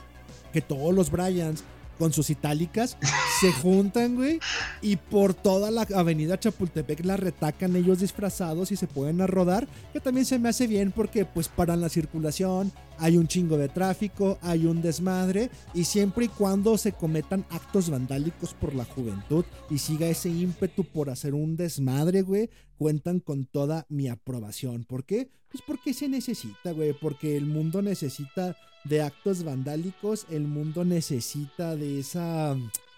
que todos los Bryans con sus itálicas se juntan, güey, y por toda la avenida Chapultepec la retacan ellos disfrazados y se pueden a rodar, que también se me hace bien porque pues paran la circulación, hay un chingo de tráfico, hay un desmadre, y siempre y cuando se cometan actos vandálicos por la juventud y siga ese ímpetu por hacer un desmadre, güey, cuentan con toda mi aprobación. ¿Por qué? Pues porque se necesita, güey, porque el mundo necesita de actos vandálicos, el mundo necesita de esa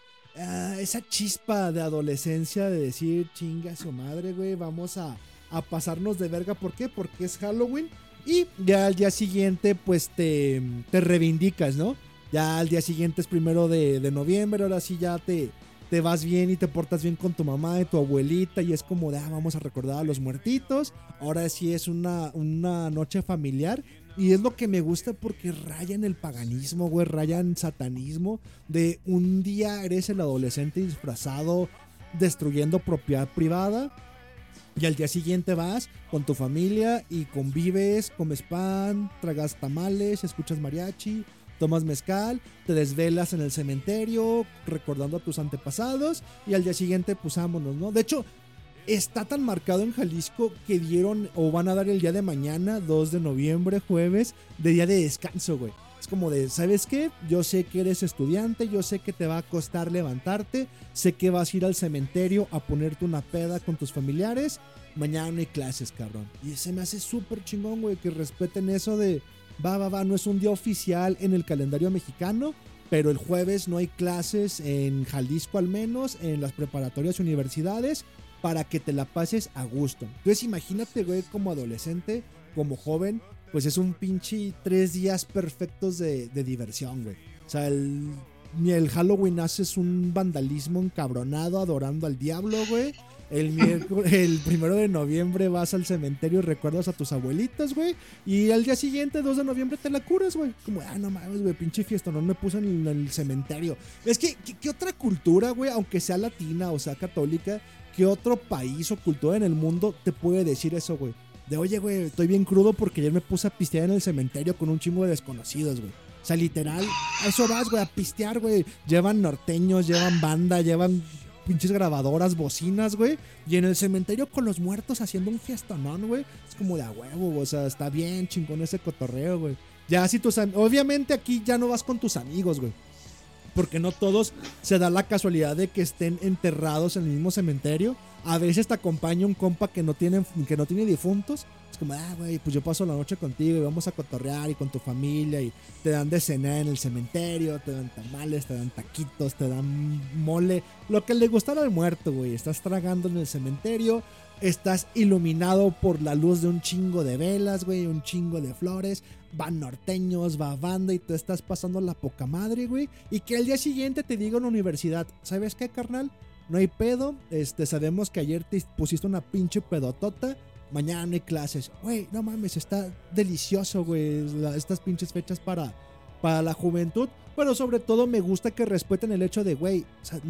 chispa de adolescencia de decir, chinga su madre, güey, vamos a pasarnos de verga. ¿Por qué? Porque es Halloween y ya al día siguiente pues te reivindicas, ¿no? Ya al día siguiente es 1 de noviembre, ahora sí ya te vas bien y te portas bien con tu mamá y tu abuelita y es como de, vamos a recordar a los muertitos. Ahora sí es una noche familiar. Y es lo que me gusta porque rayan el paganismo, güey, rayan satanismo. De un día eres el adolescente disfrazado destruyendo propiedad privada y al día siguiente vas con tu familia y convives, comes pan, tragas tamales, escuchas mariachi, tomas mezcal, te desvelas en el cementerio recordando a tus antepasados y al día siguiente pues vámonos, ¿no? De hecho, está tan marcado en Jalisco que dieron o van a dar el día de mañana, 2 de noviembre, jueves, de día de descanso, güey. Es como de, ¿sabes qué? Yo sé que eres estudiante, yo sé que te va a costar levantarte, sé que vas a ir al cementerio a ponerte una peda con tus familiares, mañana no hay clases, cabrón. Y se me hace súper chingón, güey, que respeten eso de, va, no es un día oficial en el calendario mexicano, pero el jueves no hay clases en Jalisco al menos, en las preparatorias y universidades, para que te la pases a gusto. Entonces imagínate, güey, como adolescente, como joven, pues es un pinche 3 días perfectos de diversión, güey. O sea, el Halloween haces un vandalismo encabronado adorando al diablo, güey. El 1 de noviembre vas al cementerio y recuerdas a tus abuelitos, güey. Y al día siguiente, 2 de noviembre, te la curas, güey. Como, no mames, güey, pinche fiesta, no me puse en el cementerio. Es que, ¿qué otra cultura, güey, aunque sea latina o sea católica, qué otro país o cultura en el mundo te puede decir eso, güey? De, oye, güey, estoy bien crudo porque ayer me puse a pistear en el cementerio con un chingo de desconocidos, güey. O sea, literal, a eso vas, güey, a pistear, güey. Llevan norteños, llevan banda, llevan pinches grabadoras, bocinas, güey. Y en el cementerio con los muertos haciendo un fiestonón, güey. Es como de a huevo, o sea, está bien chingón ese cotorreo, güey. Ya si obviamente aquí ya no vas con tus amigos, güey. Porque no todos se da la casualidad de que estén enterrados en el mismo cementerio. A veces te acompaña un compa que no tiene difuntos. Es como, güey, pues yo paso la noche contigo y vamos a cotorrear y con tu familia. Y te dan de cenar en el cementerio, te dan tamales, te dan taquitos, te dan mole. Lo que le gustara al muerto, güey. Estás tragando en el cementerio. Estás iluminado por la luz de un chingo de velas, güey, un chingo de flores. Van norteños, va banda y tú estás pasando la poca madre, güey. Y que al día siguiente te diga en la universidad, ¿sabes qué, carnal? No hay pedo, sabemos que ayer te pusiste una pinche pedotota. Mañana no hay clases. Güey, no mames, está delicioso, güey, estas pinches fechas para la juventud. Pero sobre todo me gusta que respeten el hecho de, güey, o sea,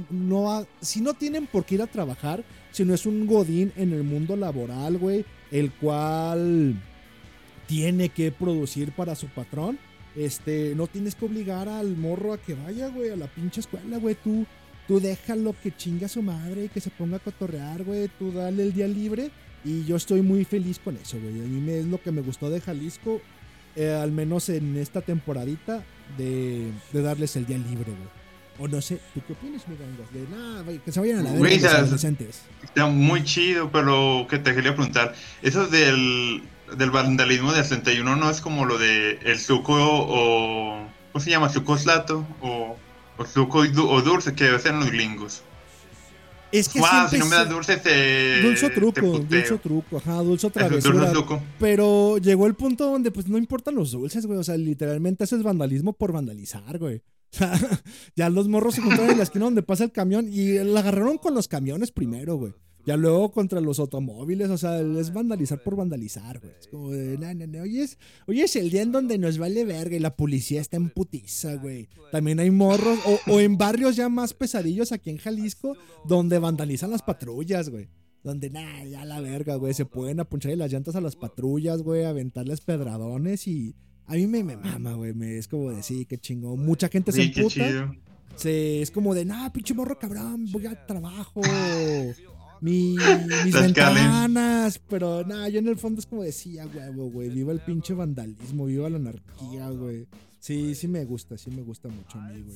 si no tienen por qué ir a trabajar, si no es un godín en el mundo laboral, güey, el cual tiene que producir para su patrón, no tienes que obligar al morro a que vaya, güey, a la pinche escuela, güey. Tú déjalo que chingue a su madre y que se ponga a cotorrear, güey. Tú dale el día libre y yo estoy muy feliz con eso, güey. A mí es lo que me gustó de Jalisco, al menos en esta temporadita, de darles el día libre, güey. O no sé, ¿tú qué opinas, mi gango? De nada, que se vayan a la verga los adolescentes. Está muy chido, pero que te quería preguntar, eso del vandalismo del 61 no es como lo de el suco o ¿cómo se llama? Sucoslato o suco o dulce que hacen los gringos. Es que si no me das dulce dulce truco, ajá, dulce travesura. Pero llegó el punto donde pues no importan los dulces, güey, o sea, literalmente haces vandalismo por vandalizar, güey. O sea, ya los morros se juntaron en la esquina donde pasa el camión y la agarraron con los camiones primero, güey. Ya luego contra los automóviles, o sea, es vandalizar por vandalizar, güey. Es como de, no, hoy es el día en donde nos vale verga y la policía está en putiza, güey. También hay morros, o en barrios ya más pesadillos aquí en Jalisco, donde vandalizan las patrullas, güey. Donde, ya la verga, güey, se pueden apuncharle las llantas a las patrullas, güey, aventarles pedradones y a mí me mama, güey, es como de, sí, qué chingón. Mucha gente se emputa. Es como de, pinche morro cabrón, voy al trabajo. Mis ventanas, pero yo en el fondo es como decía, huevo, güey, viva el pinche vandalismo, viva la anarquía, güey. Sí me gusta mucho a mí, güey.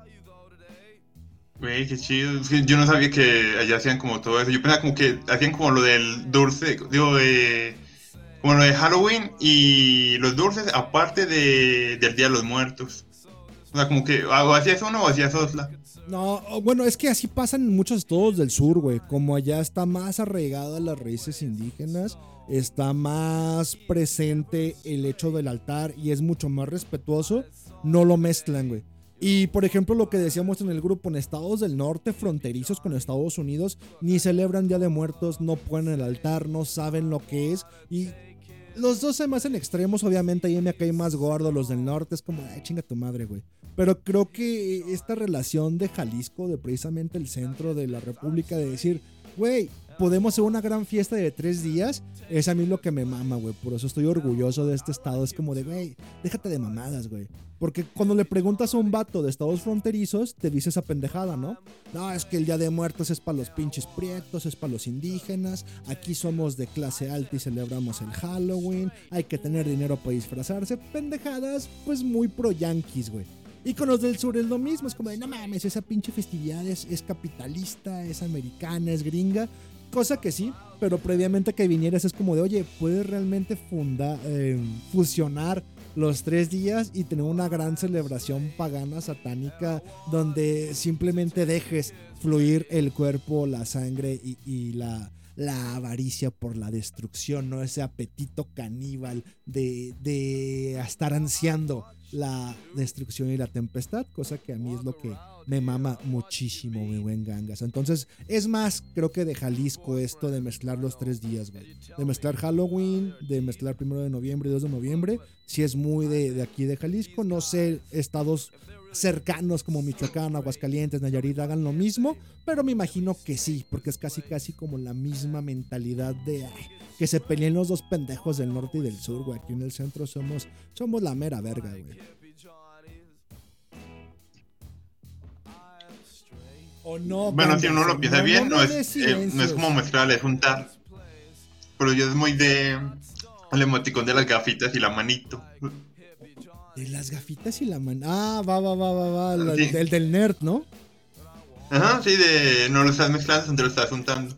Güey, qué chido. Es que yo no sabía que allá hacían como todo eso. Yo pensaba como que hacían como lo del dulce, como lo de Halloween y los dulces aparte del Día de los Muertos. O sea, como que o hacías uno o hacías otro. No, bueno, es que así pasan en muchos estados del sur, güey. Como allá está más arraigado a las raíces indígenas, está más presente el hecho del altar y es mucho más respetuoso, no lo mezclan, güey. Y por ejemplo lo que decíamos en el grupo, en estados del norte fronterizos con Estados Unidos, ni celebran Día de Muertos, no ponen el altar, no saben lo que es. Y los dos se me hacen extremos, obviamente ahí me cae más gordo los del norte, es como, chinga tu madre, güey. Pero creo que esta relación de Jalisco, de precisamente el centro de la república, de decir, güey, podemos hacer una gran fiesta de 3 días, es a mí lo que me mama, güey. Por eso estoy orgulloso de este estado. Es como de, güey, déjate de mamadas, güey. Porque cuando le preguntas a un vato de estados fronterizos, te dice esa pendejada, ¿no? No, es que el Día de Muertos es para los pinches prietos, es para los indígenas. Aquí somos de clase alta y celebramos el Halloween. Hay que tener dinero para disfrazarse. Pendejadas, pues muy pro yanquis, güey. Y con los del sur es lo mismo, es como de, no mames, esa pinche festividad es capitalista, es americana, es gringa. Cosa que sí, pero previamente que vinieras es como de, oye, puedes realmente fusionar los 3 días y tener una gran celebración pagana, satánica, donde simplemente dejes fluir el cuerpo, la sangre y la la avaricia por la destrucción, ¿no? Ese apetito caníbal de estar ansiando la destrucción y la tempestad, cosa que a mí es lo que me mama muchísimo, mi buen Gangas. Entonces, es más, creo que de Jalisco esto de mezclar los 3 días, güey. De mezclar Halloween, de mezclar 1 de noviembre y 2 de noviembre. Si es muy de aquí de Jalisco, no sé, estados cercanos como Michoacán, Aguascalientes, Nayarit hagan lo mismo, pero me imagino que sí, porque es casi como la misma mentalidad de que se peleen los dos pendejos del norte y del sur, güey. Aquí en el centro somos la mera verga, güey. ¿O no? Bueno, si uno lo piensa bien, no es silencios. como mezclar, es juntar. Pero yo es muy de el emoticón de las gafitas y la manito. De las gafitas y la mano. Ah, va. Sí. El del nerd, ¿no? Ajá, sí, no lo estás mezclando, sino te lo estás juntando.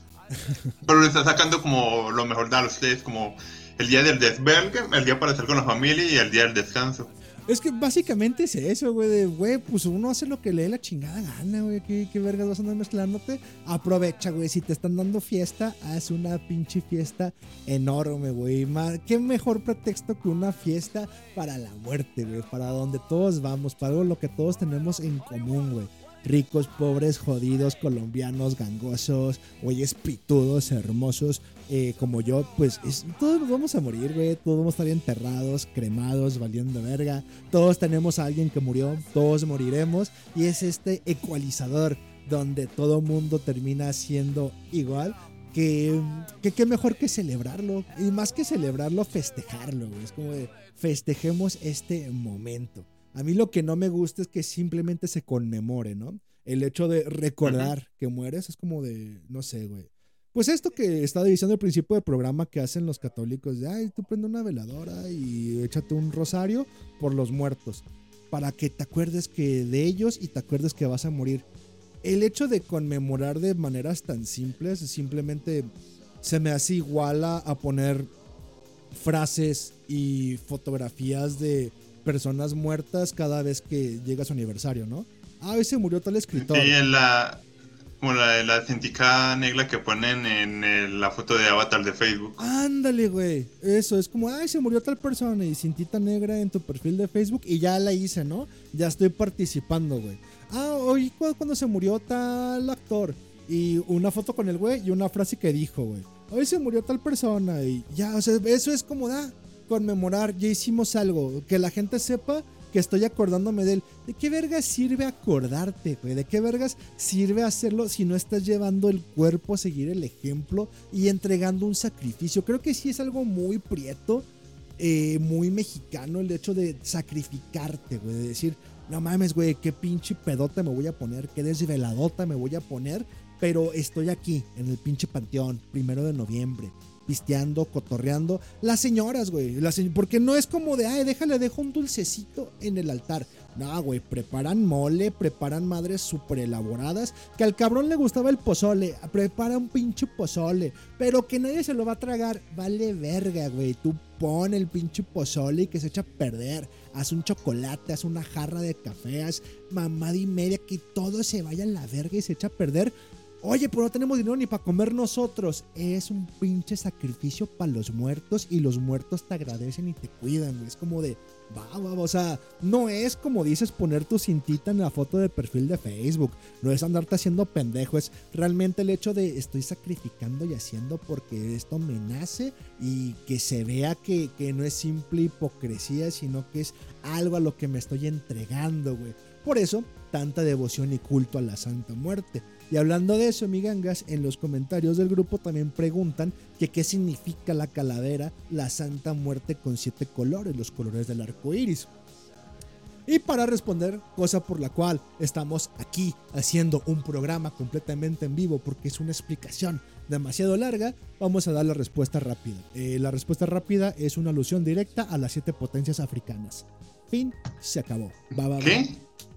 Pero lo estás sacando como lo mejor de los 3, como el día del desvergue, el día para estar con la familia y el día del descanso. Es que básicamente es eso, güey, pues uno hace lo que le dé la chingada gana, güey, ¿qué vergas vas a andar mezclándote? Aprovecha, güey, si te están dando fiesta, haz una pinche fiesta enorme, güey. ¿Qué mejor pretexto que una fiesta para la muerte, güey? Para donde todos vamos, para algo lo que todos tenemos en común, güey. Ricos, pobres, jodidos, colombianos, gangosos, güeyes pitudos, hermosos, como yo, pues todos nos vamos a morir, güey. Todos vamos a estar enterrados, cremados, valiendo verga. Todos tenemos a alguien que murió, todos moriremos. Y es este ecualizador donde todo mundo termina siendo igual. Que mejor que celebrarlo. Y más que celebrarlo, festejarlo, güey. Es como de festejemos este momento. A mí lo que no me gusta es que simplemente se conmemore, ¿no? El hecho de recordar que mueres es como de, no sé, güey. Pues esto que estaba diciendo al principio del programa que hacen los católicos, de, ay, tú prende una veladora y échate un rosario por los muertos, para que te acuerdes que de ellos y te acuerdes que vas a morir. El hecho de conmemorar de maneras tan simples, simplemente se me hace igual a poner frases y fotografías de personas muertas cada vez que llega su aniversario, ¿no? Ah, hoy se murió tal escritor. Sí, como la cintica negra que ponen en la foto de avatar de Facebook. Ándale, güey. Eso, es como, ay, se murió tal persona y cintita negra en tu perfil de Facebook y ya la hice, ¿no? Ya estoy participando, güey. Ah, hoy cuando se murió tal actor y una foto con el güey y una frase que dijo, güey. Hoy se murió tal persona y ya, o sea, eso es como, conmemorar, ya hicimos algo, que la gente sepa que estoy acordándome de él. ¿De qué vergas sirve acordarte, güey? ¿De qué vergas sirve hacerlo si no estás llevando el cuerpo a seguir el ejemplo y entregando un sacrificio? Creo que sí es algo muy prieto, muy mexicano el hecho de sacrificarte, güey, de decir, no mames, güey, qué pinche pedota me voy a poner, qué desveladota me voy a poner, pero estoy aquí, en el pinche panteón, 1 de noviembre. Pisteando, cotorreando. Las señoras, güey. Porque no es como de, ay, dejo un dulcecito en el altar. No, güey, preparan mole, preparan madres súper elaboradas. Que al cabrón le gustaba el pozole. Prepara un pinche pozole. Pero que nadie se lo va a tragar. Vale verga, güey. Tú pon el pinche pozole y que se echa a perder. Haz un chocolate, haz una jarra de café, haz mamada y media. Que todo se vaya a la verga y se echa a perder. Oye, pero no tenemos dinero ni para comer nosotros. Es un pinche sacrificio para los muertos y los muertos te agradecen y te cuidan, güey. Es como de, o sea, no es como dices poner tu cintita en la foto de perfil de Facebook. No es andarte haciendo pendejo. Es realmente el hecho de estoy sacrificando y haciendo porque esto me nace y que se vea que no es simple hipocresía, sino que es algo a lo que me estoy entregando, güey. Por eso, tanta devoción y culto a la Santa Muerte. Y hablando de eso, mi gangas, en los comentarios del grupo también preguntan que qué significa la calavera, la Santa Muerte con 7 colores, los colores del arco iris. Y para responder, cosa por la cual estamos aquí haciendo un programa completamente en vivo porque es una explicación demasiado larga, vamos a dar la respuesta rápida. La respuesta rápida es una alusión directa a las 7 potencias africanas. Fin, se acabó. ¿Qué?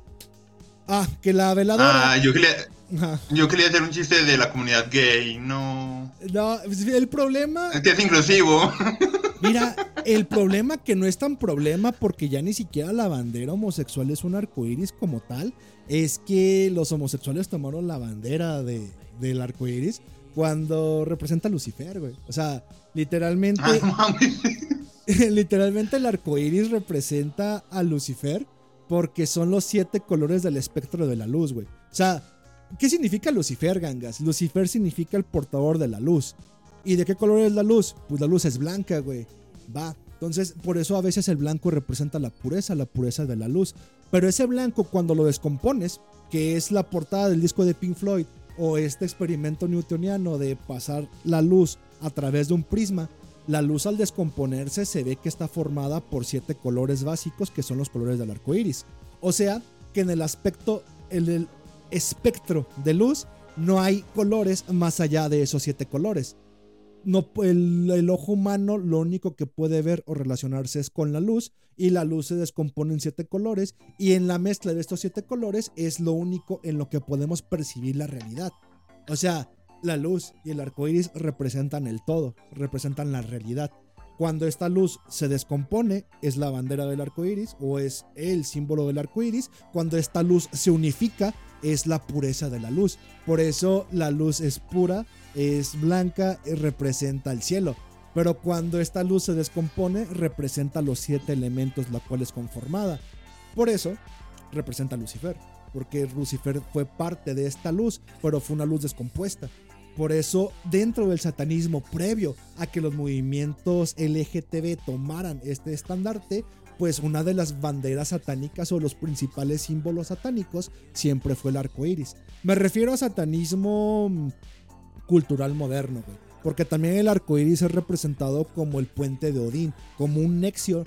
Que la veladora... yo quería hacer un chiste de la comunidad gay, no... No, el problema... Es que es inclusivo. Mira, el problema que no es tan problema porque ya ni siquiera la bandera homosexual es un arcoíris como tal, es que los homosexuales tomaron la bandera del arcoíris cuando representa a Lucifer, güey. O sea, literalmente... mames. Literalmente el arco iris representa a Lucifer porque son los 7 colores del espectro de la luz, güey. O sea, ¿qué significa Lucifer, gangas? Lucifer significa el portador de la luz. ¿Y de qué color es la luz? Pues la luz es blanca, güey. Va. Entonces, por eso a veces el blanco representa la pureza de la luz. Pero ese blanco, cuando lo descompones, que es la portada del disco de Pink Floyd, o este experimento newtoniano de pasar la luz a través de un prisma, la luz al descomponerse se ve que está formada por 7 colores básicos que son los colores del arco iris. O sea que en el espectro de luz no hay colores más allá de esos 7 colores. No, el ojo humano lo único que puede ver o relacionarse es con la luz, y la luz se descompone en 7 colores, y en la mezcla de estos 7 colores es lo único en lo que podemos percibir la realidad. O sea, la luz y el arco iris representan el todo, representan la realidad. Cuando esta luz se descompone, es la bandera del arco iris o es el símbolo del arco iris. Cuando esta luz se unifica, es la pureza de la luz. Por eso la luz es pura, es blanca y representa el cielo. Pero cuando esta luz se descompone, representa los 7 elementos la cual es conformada. Por eso representa a Lucifer, porque Lucifer fue parte de esta luz, pero fue una luz descompuesta. Por eso, dentro del satanismo, previo a que los movimientos LGTB tomaran este estandarte, pues una de las banderas satánicas o los principales símbolos satánicos siempre fue el arco iris. Me refiero a satanismo cultural moderno, güey, porque también el arco iris es representado como el puente de Odín, como un nexo,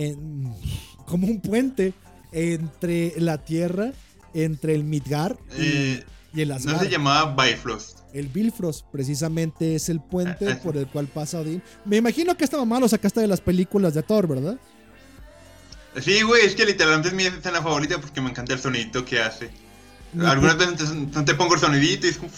como un puente entre la tierra, entre el Midgard y el Asgard. ¿No se llamaba Bifrost? El Bifrost precisamente es el puente por el cual pasa Odín. Me imagino que esta mamá lo sacaste de las películas de Thor, ¿verdad? Sí, güey, es que literalmente es mi escena favorita porque me encanta el sonidito que hace. Algunas veces no te pongo el sonidito y es como...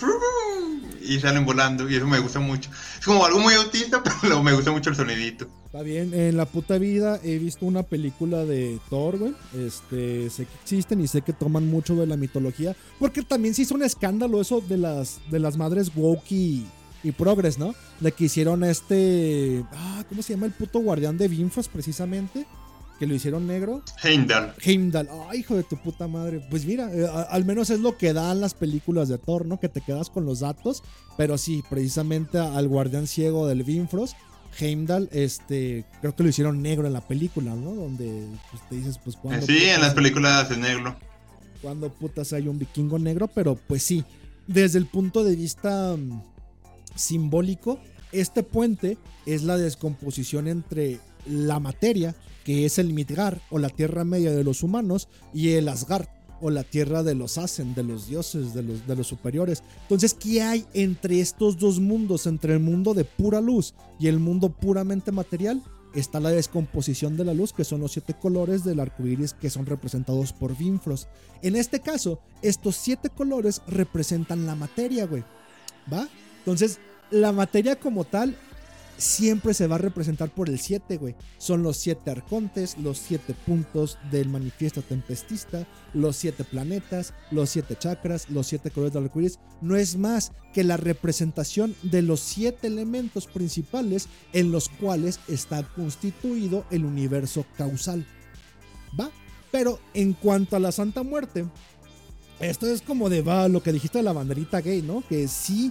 y salen volando y eso me gusta mucho. Es como algo muy autista, pero me gusta mucho el sonidito. Está bien, en la puta vida he visto una película de Thor, güey. Sé que existen y sé que toman mucho de la mitología, porque también se hizo un escándalo eso de las madres woke y progress, ¿no? De que hicieron ¿cómo se llama el puto guardián de Bifrost precisamente? Que lo hicieron negro. Heimdall. Ay, hijo de tu puta madre. Pues mira, al menos es lo que dan las películas de Thor, ¿no? Que te quedas con los datos. Pero sí, precisamente al guardián ciego del Bifrost, Heimdall, creo que lo hicieron negro en la película, ¿no? Donde pues, te dices, pues cuando... Sí, en las películas es negro. Cuando putas hay un vikingo negro, pero pues sí. Desde el punto de vista simbólico, este puente es la descomposición entre la materia, que es el Midgard o la tierra media de los humanos, y el Asgard o la tierra de los Asen, de los dioses, de los superiores. Entonces, ¿qué hay entre estos dos mundos? Entre el mundo de pura luz y el mundo puramente material, está la descomposición de la luz, que son los 7 colores del arco iris que son representados por Bifrost. En este caso, estos 7 colores representan la materia, güey. ¿Va? Entonces, la materia como tal siempre se va a representar por el 7, güey. Son los 7 arcontes, los 7 puntos del manifiesto tempestista, los 7 planetas, los 7 chakras, los 7 colores del arco iris. No es más que la representación de los 7 elementos principales en los cuales está constituido el universo causal. ¿Va? Pero en cuanto a la Santa Muerte, esto es como de lo que dijiste de la banderita gay, ¿no? Que sí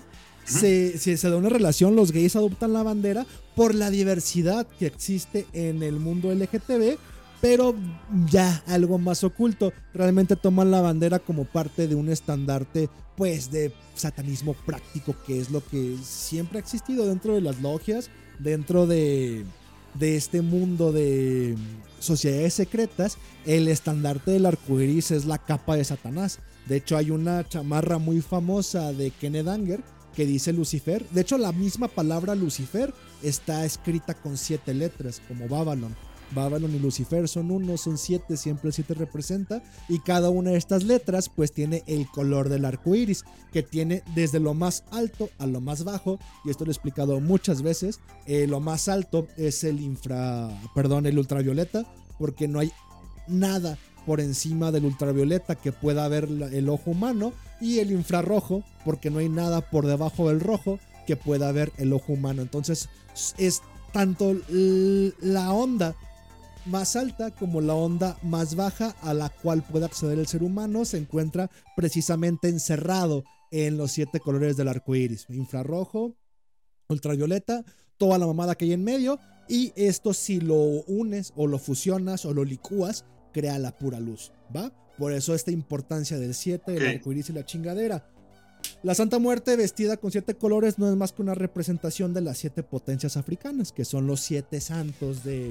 se da una relación, los gays adoptan la bandera por la diversidad que existe en el mundo LGTB, pero ya algo más oculto. Realmente toman la bandera como parte de un estandarte, pues, de satanismo práctico, que es lo que siempre ha existido dentro de las logias, dentro de este mundo de sociedades secretas. El estandarte del arco iris es la capa de Satanás. De hecho, hay una chamarra muy famosa de Kenneth Anger que dice Lucifer. De hecho, la misma palabra Lucifer está escrita con 7 letras, como Babylon. Babylon y Lucifer son 1, son 7, siempre el 7 representa, y cada una de estas letras pues tiene el color del arco iris, que tiene desde lo más alto a lo más bajo, y esto lo he explicado muchas veces. Lo más alto es el ultravioleta, porque no hay nada por encima del ultravioleta que pueda ver el ojo humano, y el infrarrojo, porque no hay nada por debajo del rojo, que pueda ver el ojo humano. Entonces es tanto la onda más alta como la onda más baja a la cual puede acceder el ser humano se encuentra precisamente encerrado en los 7 colores del arco iris: infrarrojo, ultravioleta, toda la mamada que hay en medio, y esto, si lo unes o lo fusionas o lo licúas, crea la pura luz, ¿va? Por eso esta importancia del 7, el arco iris y la chingadera. La Santa Muerte, vestida con 7 colores, no es más que una representación de las 7 potencias africanas, que son los 7 santos de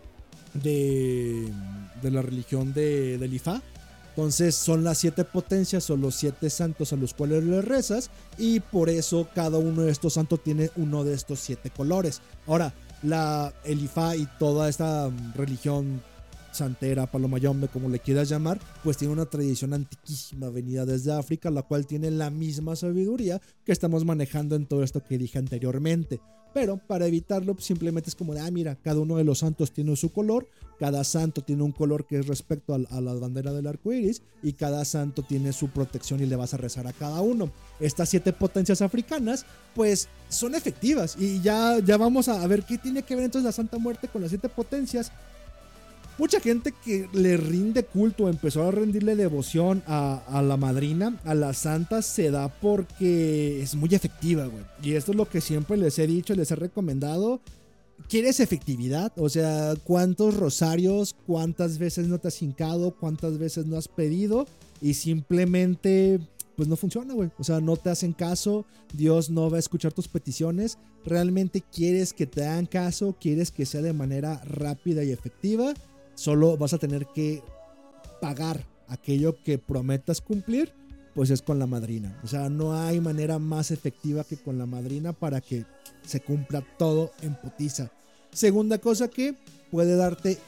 la religión del Ifá. Entonces son las 7 potencias o los 7 santos a los cuales le rezas, y por eso cada uno de estos santos tiene uno de estos 7 colores. Ahora, el Ifá y toda esta religión santera, palomayombe, como le quieras llamar, pues tiene una tradición antiquísima venida desde África, la cual tiene la misma sabiduría que estamos manejando en todo esto que dije anteriormente. Pero para evitarlo, simplemente es como de, mira, cada uno de los santos tiene su color, cada santo tiene un color que es respecto a la bandera del arco iris, y cada santo tiene su protección y le vas a rezar a cada uno. Estas 7 potencias africanas, pues son efectivas, y ya vamos a ver qué tiene que ver entonces la Santa Muerte con las 7 potencias. Mucha gente que le rinde culto, empezó a rendirle devoción a la madrina, a la santa, se da porque es muy efectiva, güey. Y esto es lo que siempre les he dicho, les he recomendado. ¿Quieres efectividad? O sea, ¿cuántos rosarios, cuántas veces no te has hincado, cuántas veces no has pedido? Y simplemente, pues no funciona, güey. O sea, no te hacen caso, Dios no va a escuchar tus peticiones. ¿Realmente quieres que te hagan caso? ¿Quieres que sea de manera rápida y efectiva? Solo vas a tener que pagar aquello que prometas cumplir, pues es con la madrina. O sea, no hay manera más efectiva que con la madrina para que se cumpla todo en putiza. Segunda cosa que puede darte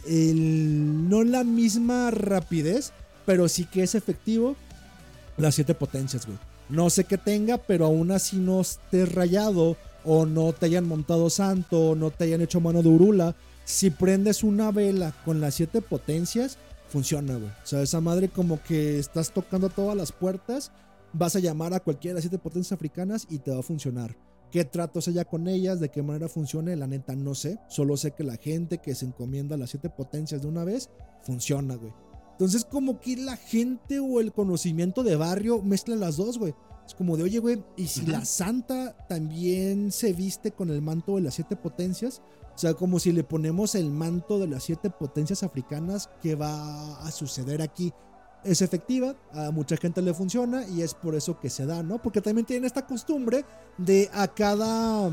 no la misma rapidez, pero sí que es efectivo, las 7 potencias, güey. No sé qué tenga, pero aún así no estés rayado, o no te hayan montado santo, o no te hayan hecho mano de urula. Si prendes una vela con las 7 potencias, funciona, güey. O sea, esa madre como que estás tocando todas las puertas, vas a llamar a cualquiera de las 7 potencias africanas y te va a funcionar. ¿Qué tratos haya con ellas? ¿De qué manera funcione? La neta no sé. Solo sé que la gente que se encomienda a las 7 potencias de una vez, funciona, güey. Entonces como que la gente o el conocimiento de barrio mezcla las dos, güey. Es como de, oye, güey, ¿y si la santa también se viste con el manto de las 7 potencias? O sea, como si le ponemos el manto de las 7 potencias africanas, ¿qué va a suceder aquí? Es efectiva, a mucha gente le funciona y es por eso que se da, ¿no? Porque también tienen esta costumbre de a cada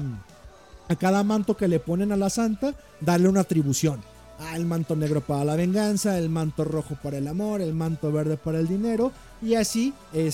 manto que le ponen a la santa, darle una atribución. El manto negro para la venganza, el manto rojo para el amor, el manto verde para el dinero, y así,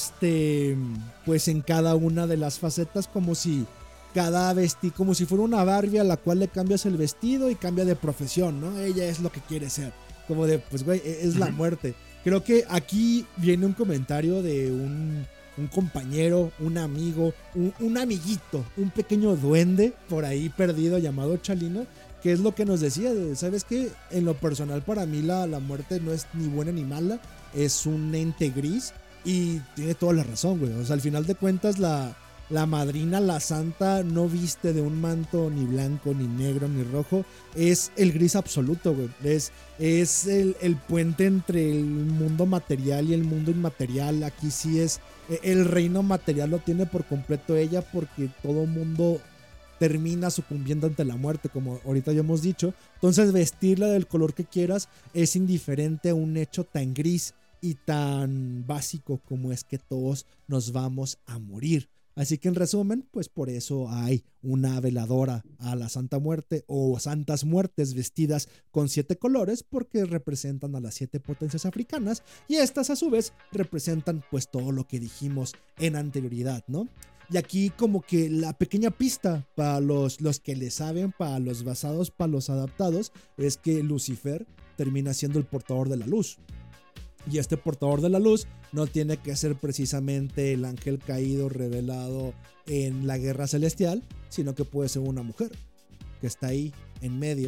pues en cada una de las facetas, como si como si fuera una Barbie a la cual le cambias el vestido y cambia de profesión, ¿no? Ella es lo que quiere ser. Como de, pues güey, es la muerte. Creo que aquí viene un comentario de un compañero, un amigo, un amiguito, un pequeño duende por ahí perdido llamado Chalino, que es lo que nos decía, ¿sabes qué? En lo personal para mí la muerte no es ni buena ni mala, es un ente gris, y tiene toda la razón, güey. O sea, al final de cuentas la madrina, la santa, no viste de un manto ni blanco, ni negro, ni rojo. Es el gris absoluto, güey. Es el puente entre el mundo material y el mundo inmaterial. Aquí sí es el reino material, lo tiene por completo ella, porque todo mundo termina sucumbiendo ante la muerte, como ahorita ya hemos dicho. Entonces vestirla del color que quieras es indiferente a un hecho tan gris y tan básico como es que todos nos vamos a morir. Así que en resumen, pues por eso hay una veladora a la Santa Muerte o Santas Muertes vestidas con 7 colores, porque representan a las 7 potencias africanas, y estas a su vez representan pues todo lo que dijimos en anterioridad, ¿no? Y aquí como que la pequeña pista para los que le saben, para los basados, para los adaptados, es que Lucifer termina siendo el portador de la luz. Y este portador de la luz no tiene que ser precisamente el ángel caído revelado en la guerra celestial, sino que puede ser una mujer que está ahí en medio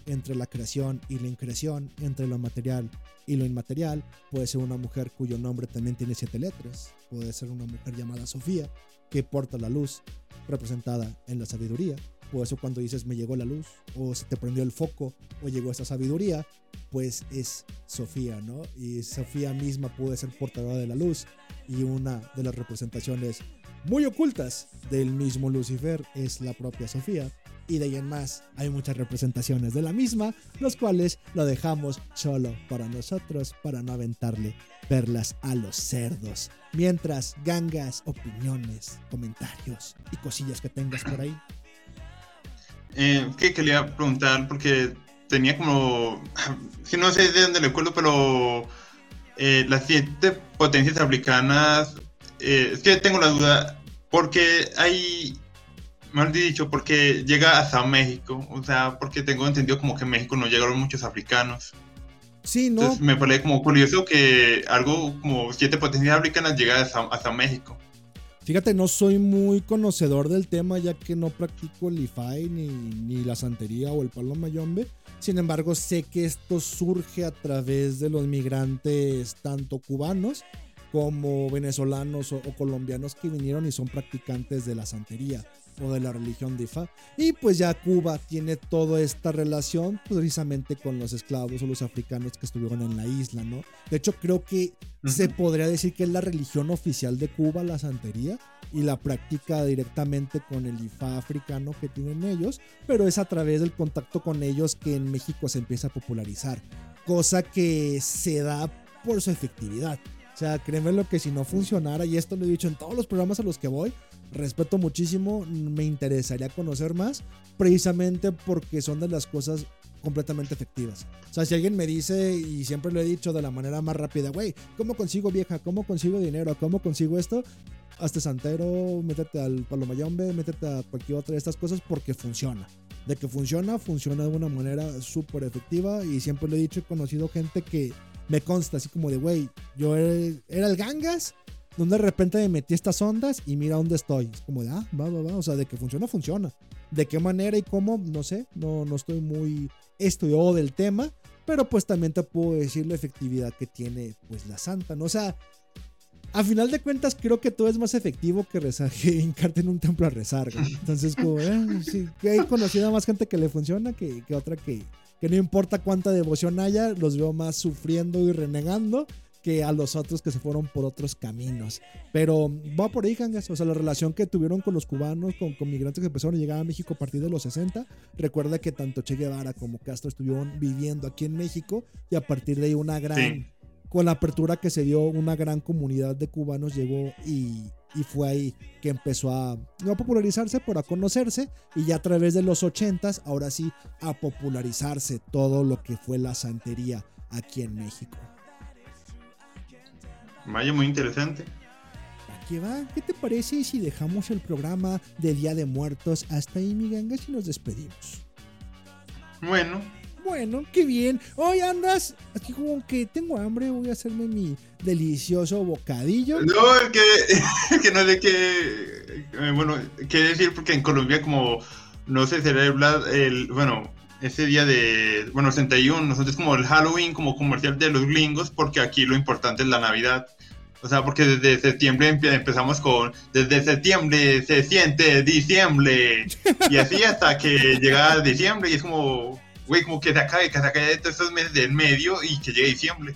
entre la creación y la increación, entre lo material y lo inmaterial. Puede ser una mujer cuyo nombre también tiene 7 letras. Puede ser una mujer llamada Sofía, que porta la luz, representada en la sabiduría. Por eso cuando dices me llegó la luz, o se te prendió el foco, o llegó esa sabiduría, pues es Sofía, ¿no? Y Sofía misma puede ser portadora de la luz, y una de las representaciones muy ocultas del mismo Lucifer es la propia Sofía. Y de ahí en más hay muchas representaciones de la misma, los cuales lo dejamos solo para nosotros, para no aventarle perlas a los cerdos. Mientras, gangas, opiniones, comentarios y cosillas que tengas por ahí. Que quería preguntar, porque tenía como, que no sé de dónde le acuerdo, pero las 7 potencias africanas, es que tengo la duda, porque hay, mal dicho, porque llega hasta México, o sea, porque tengo entendido como que en México no llegaron muchos africanos. Sí, ¿no? Entonces me parece como curioso que algo como 7 potencias africanas llega hasta México. Fíjate, no soy muy conocedor del tema, ya que no practico el IFAI ni la santería o el palo mayombe. Sin embargo, sé que esto surge a través de los migrantes, tanto cubanos como venezolanos o colombianos, que vinieron y son practicantes de la santería o de la religión de Ifá. Y pues ya Cuba tiene toda esta relación precisamente con los esclavos o los africanos que estuvieron en la isla, ¿no? De hecho, creo que se podría decir que es la religión oficial de Cuba, la santería, y la práctica directamente con el Ifá africano que tienen ellos, pero es a través del contacto con ellos que en México se empieza a popularizar, cosa que se da por su efectividad. O sea, créeme lo que si no funcionara, y esto lo he dicho en todos los programas a los que voy, respeto muchísimo, me interesaría conocer más, precisamente porque son de las cosas completamente efectivas. O sea, si alguien me dice, y siempre lo he dicho de la manera más rápida, güey, ¿cómo consigo vieja? ¿Cómo consigo dinero? ¿Cómo consigo esto? Hazte santero, métete al palo mayombe, métete a cualquier otra de estas cosas, porque funciona. De que funciona de una manera súper efectiva, y siempre lo he dicho, he conocido gente que me consta así como de, güey, yo era el gangas, donde de repente me metí estas ondas y mira dónde estoy. Es como de, va. O sea, de que funciona. De qué manera y cómo, no sé, no estoy muy estudiado del tema, pero pues también te puedo decir la efectividad que tiene pues la santa, ¿no? O sea, a final de cuentas creo que todo es más efectivo que rezar, que hincarte en un templo a rezar, ¿no? Entonces como, sí, que he conocido a más gente que le funciona que otra que no importa cuánta devoción haya, los veo más sufriendo y renegando que a los otros que se fueron por otros caminos. Pero va por ahí, gangas. O sea, la relación que tuvieron con los cubanos, con migrantes que empezaron a llegar a México a partir de los 60. Recuerda que tanto Che Guevara como Castro estuvieron viviendo aquí en México, y a partir de ahí una gran... Sí. Con la apertura que se dio, una gran comunidad de cubanos llegó y fue ahí que empezó a no a popularizarse, pero a conocerse, y ya a través de los 80s, ahora sí, a popularizarse todo lo que fue la santería aquí en México. Vaya, muy interesante. Aquí va, ¿qué te parece si dejamos el programa de Día de Muertos hasta ahí, mi gangas, y nos despedimos? Bueno, qué bien. Hoy andas aquí como que tengo hambre, voy a hacerme mi delicioso bocadillo. No, es que no sé qué, qué decir, porque en Colombia como no se celebra ese día de, 61, nosotros como el Halloween como comercial de los gringos, porque aquí lo importante es la Navidad. O sea, porque desde septiembre empezamos con, desde septiembre se siente diciembre, y así hasta que llega diciembre, y es como... Güey, como que se acabe todos estos meses del medio y que llegue diciembre.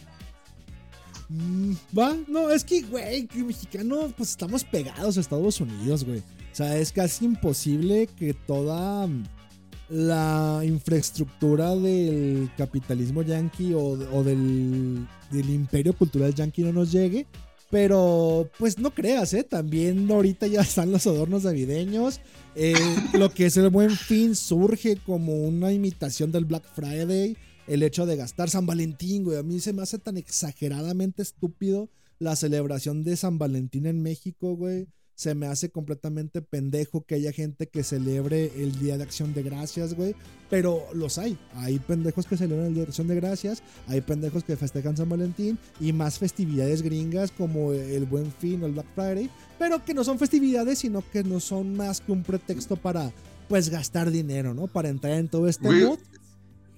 No, es que, güey, que mexicano, pues estamos pegados a Estados Unidos, güey. O sea, es casi imposible que toda la infraestructura del capitalismo yanqui o del imperio cultural yanqui no nos llegue. Pero, pues no creas, también ahorita ya están los adornos navideños. Lo que es el Buen Fin surge como una imitación del Black Friday. El hecho de gastar San Valentín, güey. A mí se me hace tan exageradamente estúpido la celebración de San Valentín en México, güey. Se me hace completamente pendejo que haya gente que celebre el Día de Acción de Gracias, güey. Pero los hay. Hay pendejos que celebran el Día de Acción de Gracias. Hay pendejos que festejan San Valentín. Y más festividades gringas como el Buen Fin o el Black Friday. Pero que no son festividades, sino que no son más que un pretexto para, pues, gastar dinero, ¿no? Para entrar en todo este mood.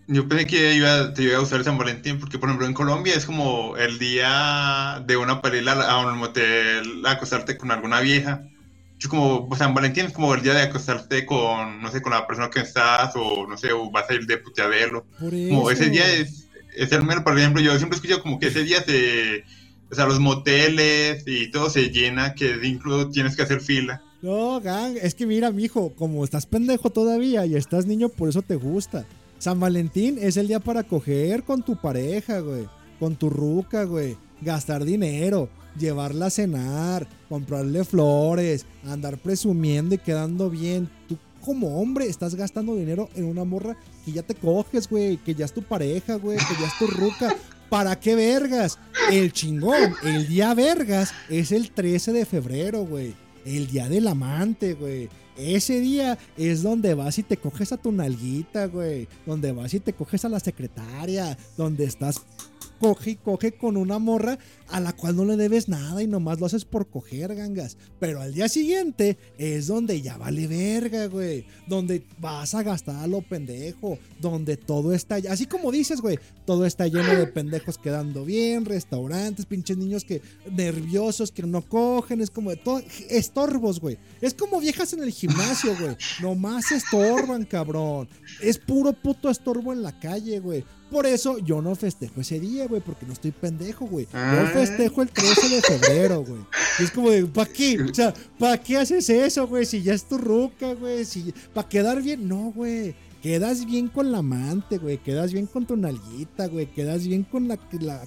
Yo pensé que te iba a gustar San Valentín, porque por ejemplo en Colombia es como el día de una para ir a un motel a acostarte con alguna vieja. Es como, pues, San Valentín es como el día de acostarte con, no sé, con la persona que estás, o no sé, o vas a ir de puteadelo. Por Como ese día eso. es el mero, por ejemplo, yo siempre escucho como que ese día o sea, los moteles y todo se llena, que incluso tienes que hacer fila. No, gang, es que mira, mijo, como estás pendejo todavía y estás niño, por eso te gusta. San Valentín es el día para coger con tu pareja, güey. Con tu ruca, güey. Gastar dinero, llevarla a cenar, comprarle flores, andar presumiendo y quedando bien. Tú como hombre estás gastando dinero en una morra que ya te coges, güey, que ya es tu pareja, güey, que ya es tu ruca. ¿Para qué vergas? El chingón, el día vergas es el 13 de febrero, güey. El día del amante, güey. Ese día es donde vas y te coges a tu nalguita, güey. Donde vas y te coges a la secretaria. Donde estás coge y coge con una morra a la cual no le debes nada y nomás lo haces por coger, gangas. Pero al día siguiente es donde ya vale verga, güey. Donde vas a gastar a lo pendejo. Donde todo está... Así como dices, güey. Todo está lleno de pendejos quedando bien. Restaurantes, pinches niños que nerviosos, que no cogen. Es como de todo... Estorbos, güey. Es como viejas en el gimnasio, güey. Nomás estorban, cabrón. Es puro puto estorbo en la calle, güey. Por eso yo no festejo ese día, güey, porque no estoy pendejo, güey. Yo festejo el 13 de febrero, güey. Es como de, ¿para qué? O sea, ¿para qué haces eso, güey? Si ya es tu ruca, güey. ¿Para quedar bien? No, güey. Quedas bien con la amante, güey. Quedas bien con tu nalguita, güey. Quedas bien con la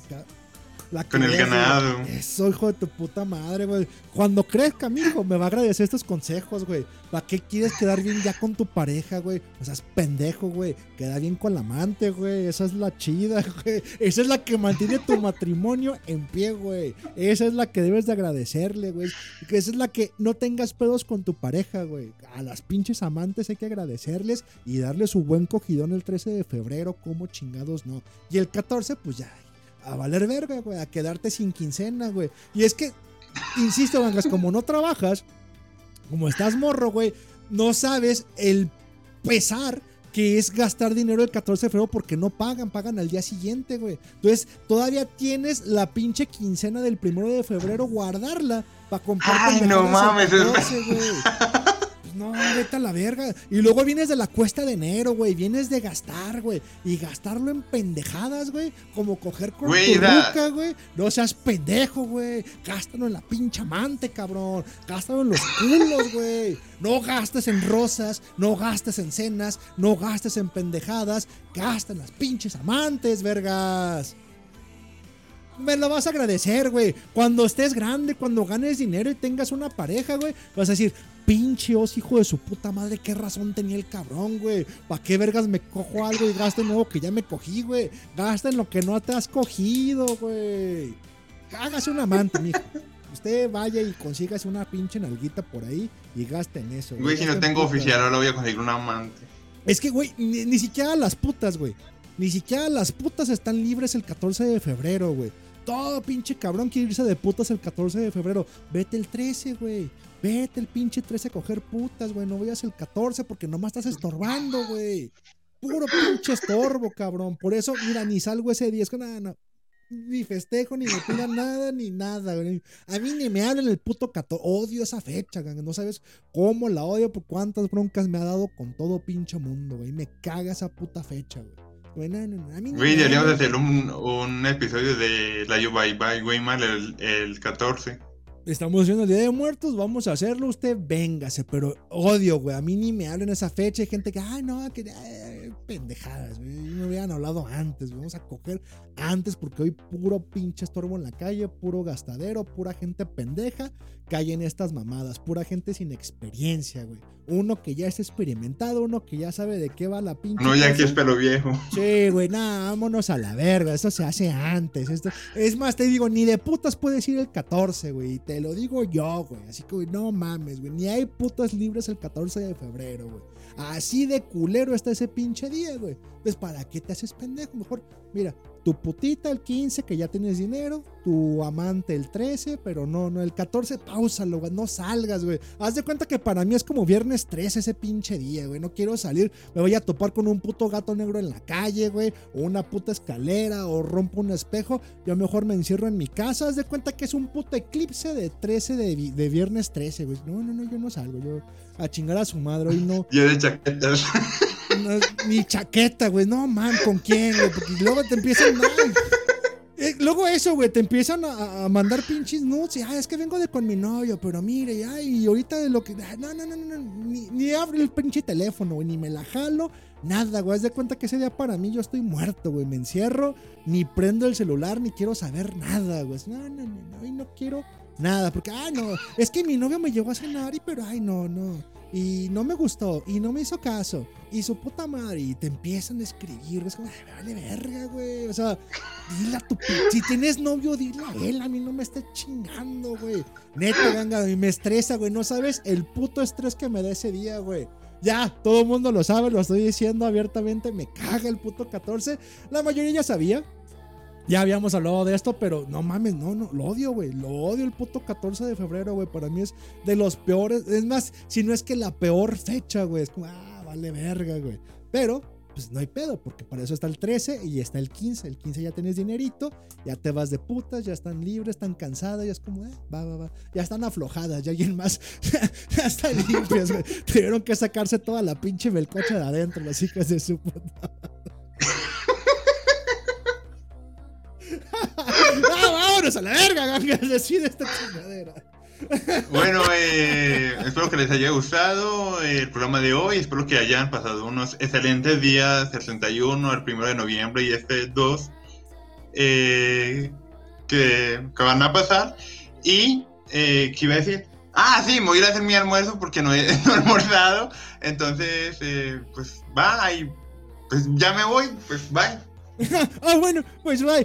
con el ganado. Güey. Eso, hijo de tu puta madre, güey. Cuando crezca, mijo, me va a agradecer estos consejos, güey. ¿Para qué quieres quedar bien ya con tu pareja, güey? O sea, es pendejo, güey. Queda bien con la amante, güey. Esa es la chida, güey. Esa es la que mantiene tu matrimonio en pie, güey. Esa es la que debes de agradecerle, güey. Esa es la que no tengas pedos con tu pareja, güey. A las pinches amantes hay que agradecerles y darles su buen cogidón el 13 de febrero, como chingados no. Y el 14, pues ya, a valer verga, güey, a quedarte sin quincena, güey. Y es que, insisto, Vangas, como no trabajas, como estás morro, güey, no sabes el pesar que es gastar dinero el 14 de febrero porque no pagan al día siguiente, güey. Entonces, todavía tienes la pinche quincena del 1 de febrero, guardarla para comprar. Ay, no mames, 14, güey. No, vete a la verga. Y luego vienes de la cuesta de enero, güey. Vienes de gastar, güey. Y gastarlo en pendejadas, güey. Como coger con tu ruca, güey. No seas pendejo, güey. Gástalo en la pinche amante, cabrón. Gástalo en los culos, güey. No gastes en rosas. No gastes en cenas. No gastes en pendejadas. Gasta en las pinches amantes, vergas. Me lo vas a agradecer, güey. Cuando estés grande, cuando ganes dinero y tengas una pareja, güey, vas a decir, pinche os hijo de su puta madre, qué razón tenía el cabrón, güey. ¿Para qué vergas me cojo algo y gasto en nuevo que ya me cogí, güey? Gasta en lo que no te has cogido, güey. Hágase un amante, mijo. Usted vaya y consígase una pinche nalguita por ahí y gaste en eso. Güey, si no tengo oficial, ahora voy a conseguir un amante. Es que, güey, ni siquiera las putas, güey. Ni siquiera las putas están libres el 14 de febrero, güey. Todo pinche cabrón quiere irse de putas el 14 de febrero. Vete el 13, güey. Vete el pinche 13 a coger putas, güey. No vayas el 14 porque nomás estás estorbando, güey. Puro pinche estorbo, cabrón. Por eso, mira, ni salgo ese día. Es que nada, no. Ni festejo, ni me pidan nada, ni nada, güey. A mí ni me hablan el puto 14. Odio esa fecha, güey. No sabes cómo la odio, por cuántas broncas me ha dado con todo pinche mundo, güey. Me caga esa puta fecha, güey. Güey, no, a mí güey, deberíamos hacer un episodio de la Bye Bye, güey, mal el 14. Estamos haciendo el Día de Muertos, vamos a hacerlo, usted véngase, pero odio, güey, a mí ni me hablan esa fecha, hay gente que, ay, no, que pendejadas, güey, me hubieran hablado antes, güey. Vamos a coger antes porque hoy puro pinche estorbo en la calle, puro gastadero, pura gente pendeja cae en estas mamadas, pura gente sin experiencia, güey. Uno que ya es experimentado, uno que ya sabe de qué va la pinche. No, ya que es pelo viejo. Sí, güey, nada, vámonos a la verga. Esto se hace antes. Es más, te digo, ni de putas puedes ir el 14, güey. Te lo digo yo, güey. Así que, güey, no mames, güey. Ni hay putas libres el 14 de febrero, güey. Así de culero está ese pinche pinche día, güey. Pues, ¿para qué te haces pendejo? Mejor, mira, tu putita el 15, que ya tienes dinero, tu amante el 13, pero no, el 14, páusalo, güey, no salgas, güey. Haz de cuenta que para mí es como viernes 13 ese pinche día, güey. No quiero salir, me voy a topar con un puto gato negro en la calle, güey, o una puta escalera, o rompo un espejo. Yo mejor me encierro en mi casa. Haz de cuenta que es un puto eclipse de 13 de viernes 13, güey. No, yo no salgo, yo a chingar a su madre, hoy no. Yo de chaquetas. No, ni chaqueta, güey, no, man, ¿con quién, güey? Porque luego te empiezan, luego eso, güey, te empiezan a mandar pinches nudes y, es que vengo con mi novio, pero mire, y ahorita de lo que, no, ni abro el pinche teléfono, güey, ni me la jalo, nada, güey, haz de cuenta que ese día para mí yo estoy muerto, güey, me encierro, ni prendo el celular, ni quiero saber nada, güey, no quiero nada, porque, no, es que mi novio me llevó a cenar pero, no. Y no me gustó, y no me hizo caso, y su puta madre, y te empiezan a escribir, es como, me vale verga, güey, o sea, dile a tu si tienes novio, dile a él, a mí no me estés chingando, güey, neta, ganga, y me estresa, güey, no sabes el puto estrés que me da ese día, güey. Ya, todo el mundo lo sabe, lo estoy diciendo abiertamente, me caga el puto 14, la mayoría ya sabía. Ya habíamos hablado de esto, pero no mames, no, lo odio, güey. Lo odio el puto 14 de febrero, güey. Para mí es de los peores. Es más, si no es que la peor fecha, güey. Es como, vale verga, güey. Pero, pues no hay pedo, porque para eso está el 13 y está el 15. El 15 ya tienes dinerito, ya te vas de putas, ya están libres, están cansadas, ya es como, va. Ya están aflojadas, ya alguien más, ya están limpias, güey. Tuvieron que sacarse toda la pinche melcocha de adentro, las hijas de su puta. Vámonos a la verga, ganga, decide esta chingadera. Bueno, espero que les haya gustado el programa de hoy. Espero que hayan pasado unos excelentes días, el 31, el 1 de noviembre y este 2 que van a pasar. Y ¿qué iba a decir? Sí, me voy a ir a hacer mi almuerzo porque no he almorzado. Entonces, pues bye. Pues ya me voy, pues bye. Bueno, pues bye.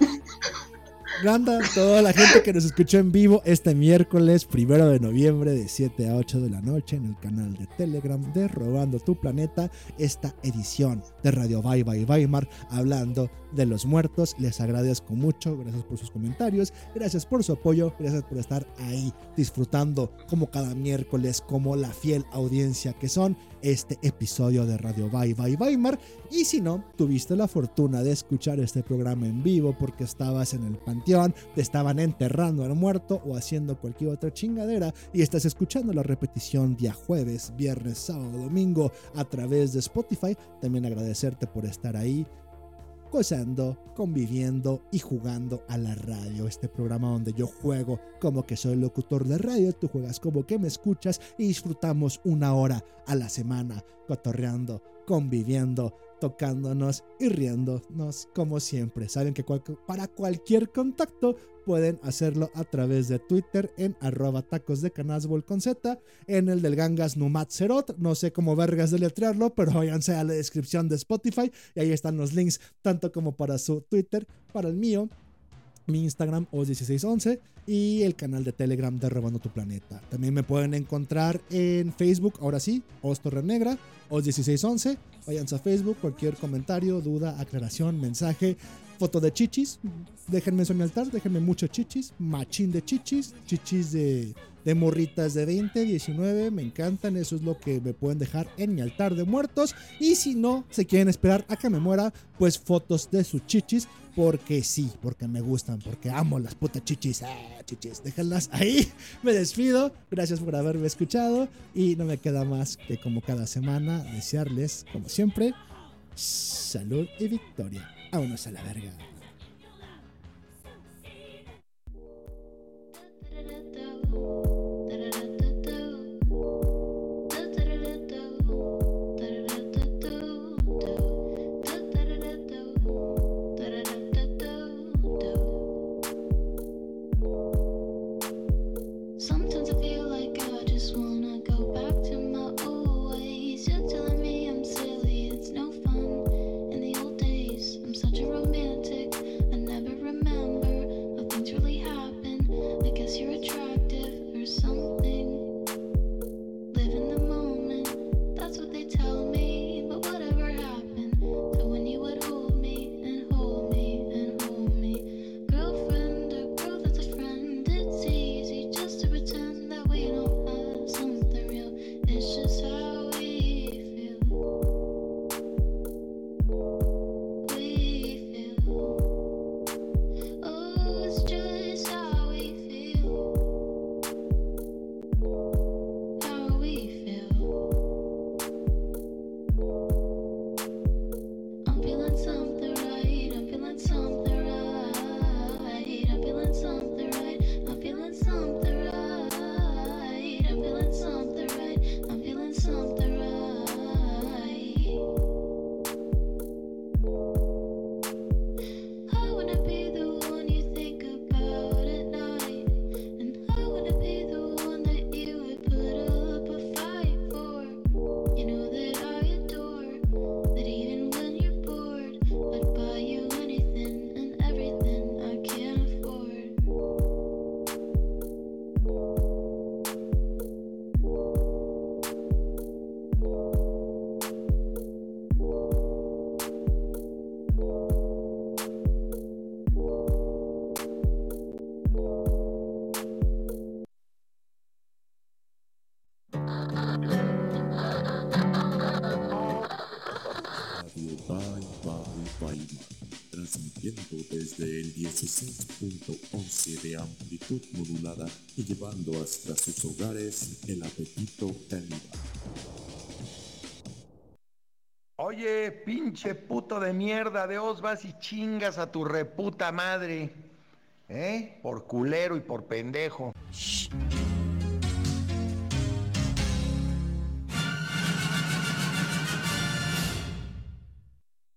Randa, toda la gente que nos escuchó en vivo este miércoles 1 de noviembre de 7 a 8 de la noche en el canal de Telegram de Robando tu Planeta, esta edición de Radio Bye Bye Weimar hablando de los muertos. Les agradezco mucho, gracias por sus comentarios, gracias por su apoyo, gracias por estar ahí disfrutando como cada miércoles, como la fiel audiencia que son, este episodio de Radio Bye Bye Weimar. Y si no tuviste la fortuna de escuchar este programa en vivo porque estabas en el panteón, te estaban enterrando al muerto o haciendo cualquier otra chingadera y estás escuchando la repetición día jueves, viernes, sábado, domingo a través de Spotify, también agradecerte por estar ahí gozando, conviviendo y jugando a la radio, este programa donde yo juego como que soy locutor de radio, tú juegas como que me escuchas y disfrutamos 1 hora a la semana cotorreando, conviviendo, tocándonos y riéndonos como siempre. Saben que para cualquier contacto pueden hacerlo a través de Twitter en @tacosdecanasbol con Z, en el del Gangas Numat Cerot, no sé cómo vergas deletrearlo, pero váyanse a la descripción de Spotify y ahí están los links, tanto como para su Twitter, para el mío, mi Instagram os1611 y el canal de Telegram de Robando tu Planeta. También me pueden encontrar en Facebook, ahora sí, Os Torrenegra, os1611. Váyanse a Facebook, cualquier comentario, duda, aclaración, mensaje, foto de chichis, déjenme en mi altar, déjenme muchos chichis, machín de chichis, chichis de morritas de 20, 19, me encantan, eso es lo que me pueden dejar en mi altar de muertos. Y si no se quieren esperar a que me muera, pues fotos de sus chichis, porque sí, porque me gustan, porque amo las putas chichis, chichis, déjenlas ahí. Me despido, gracias por haberme escuchado y no me queda más que como cada semana desearles, como siempre, salud y victoria. Vámonos a la verga. You're telling me I'm silly, it's no fun. In the old days, I'm such a romantic. desde el 16.11 de amplitud modulada y llevando hasta sus hogares el apetito caníbal. Oye, pinche puto de mierda, de os vas y chingas a tu reputa madre. Por culero y por pendejo. Shh.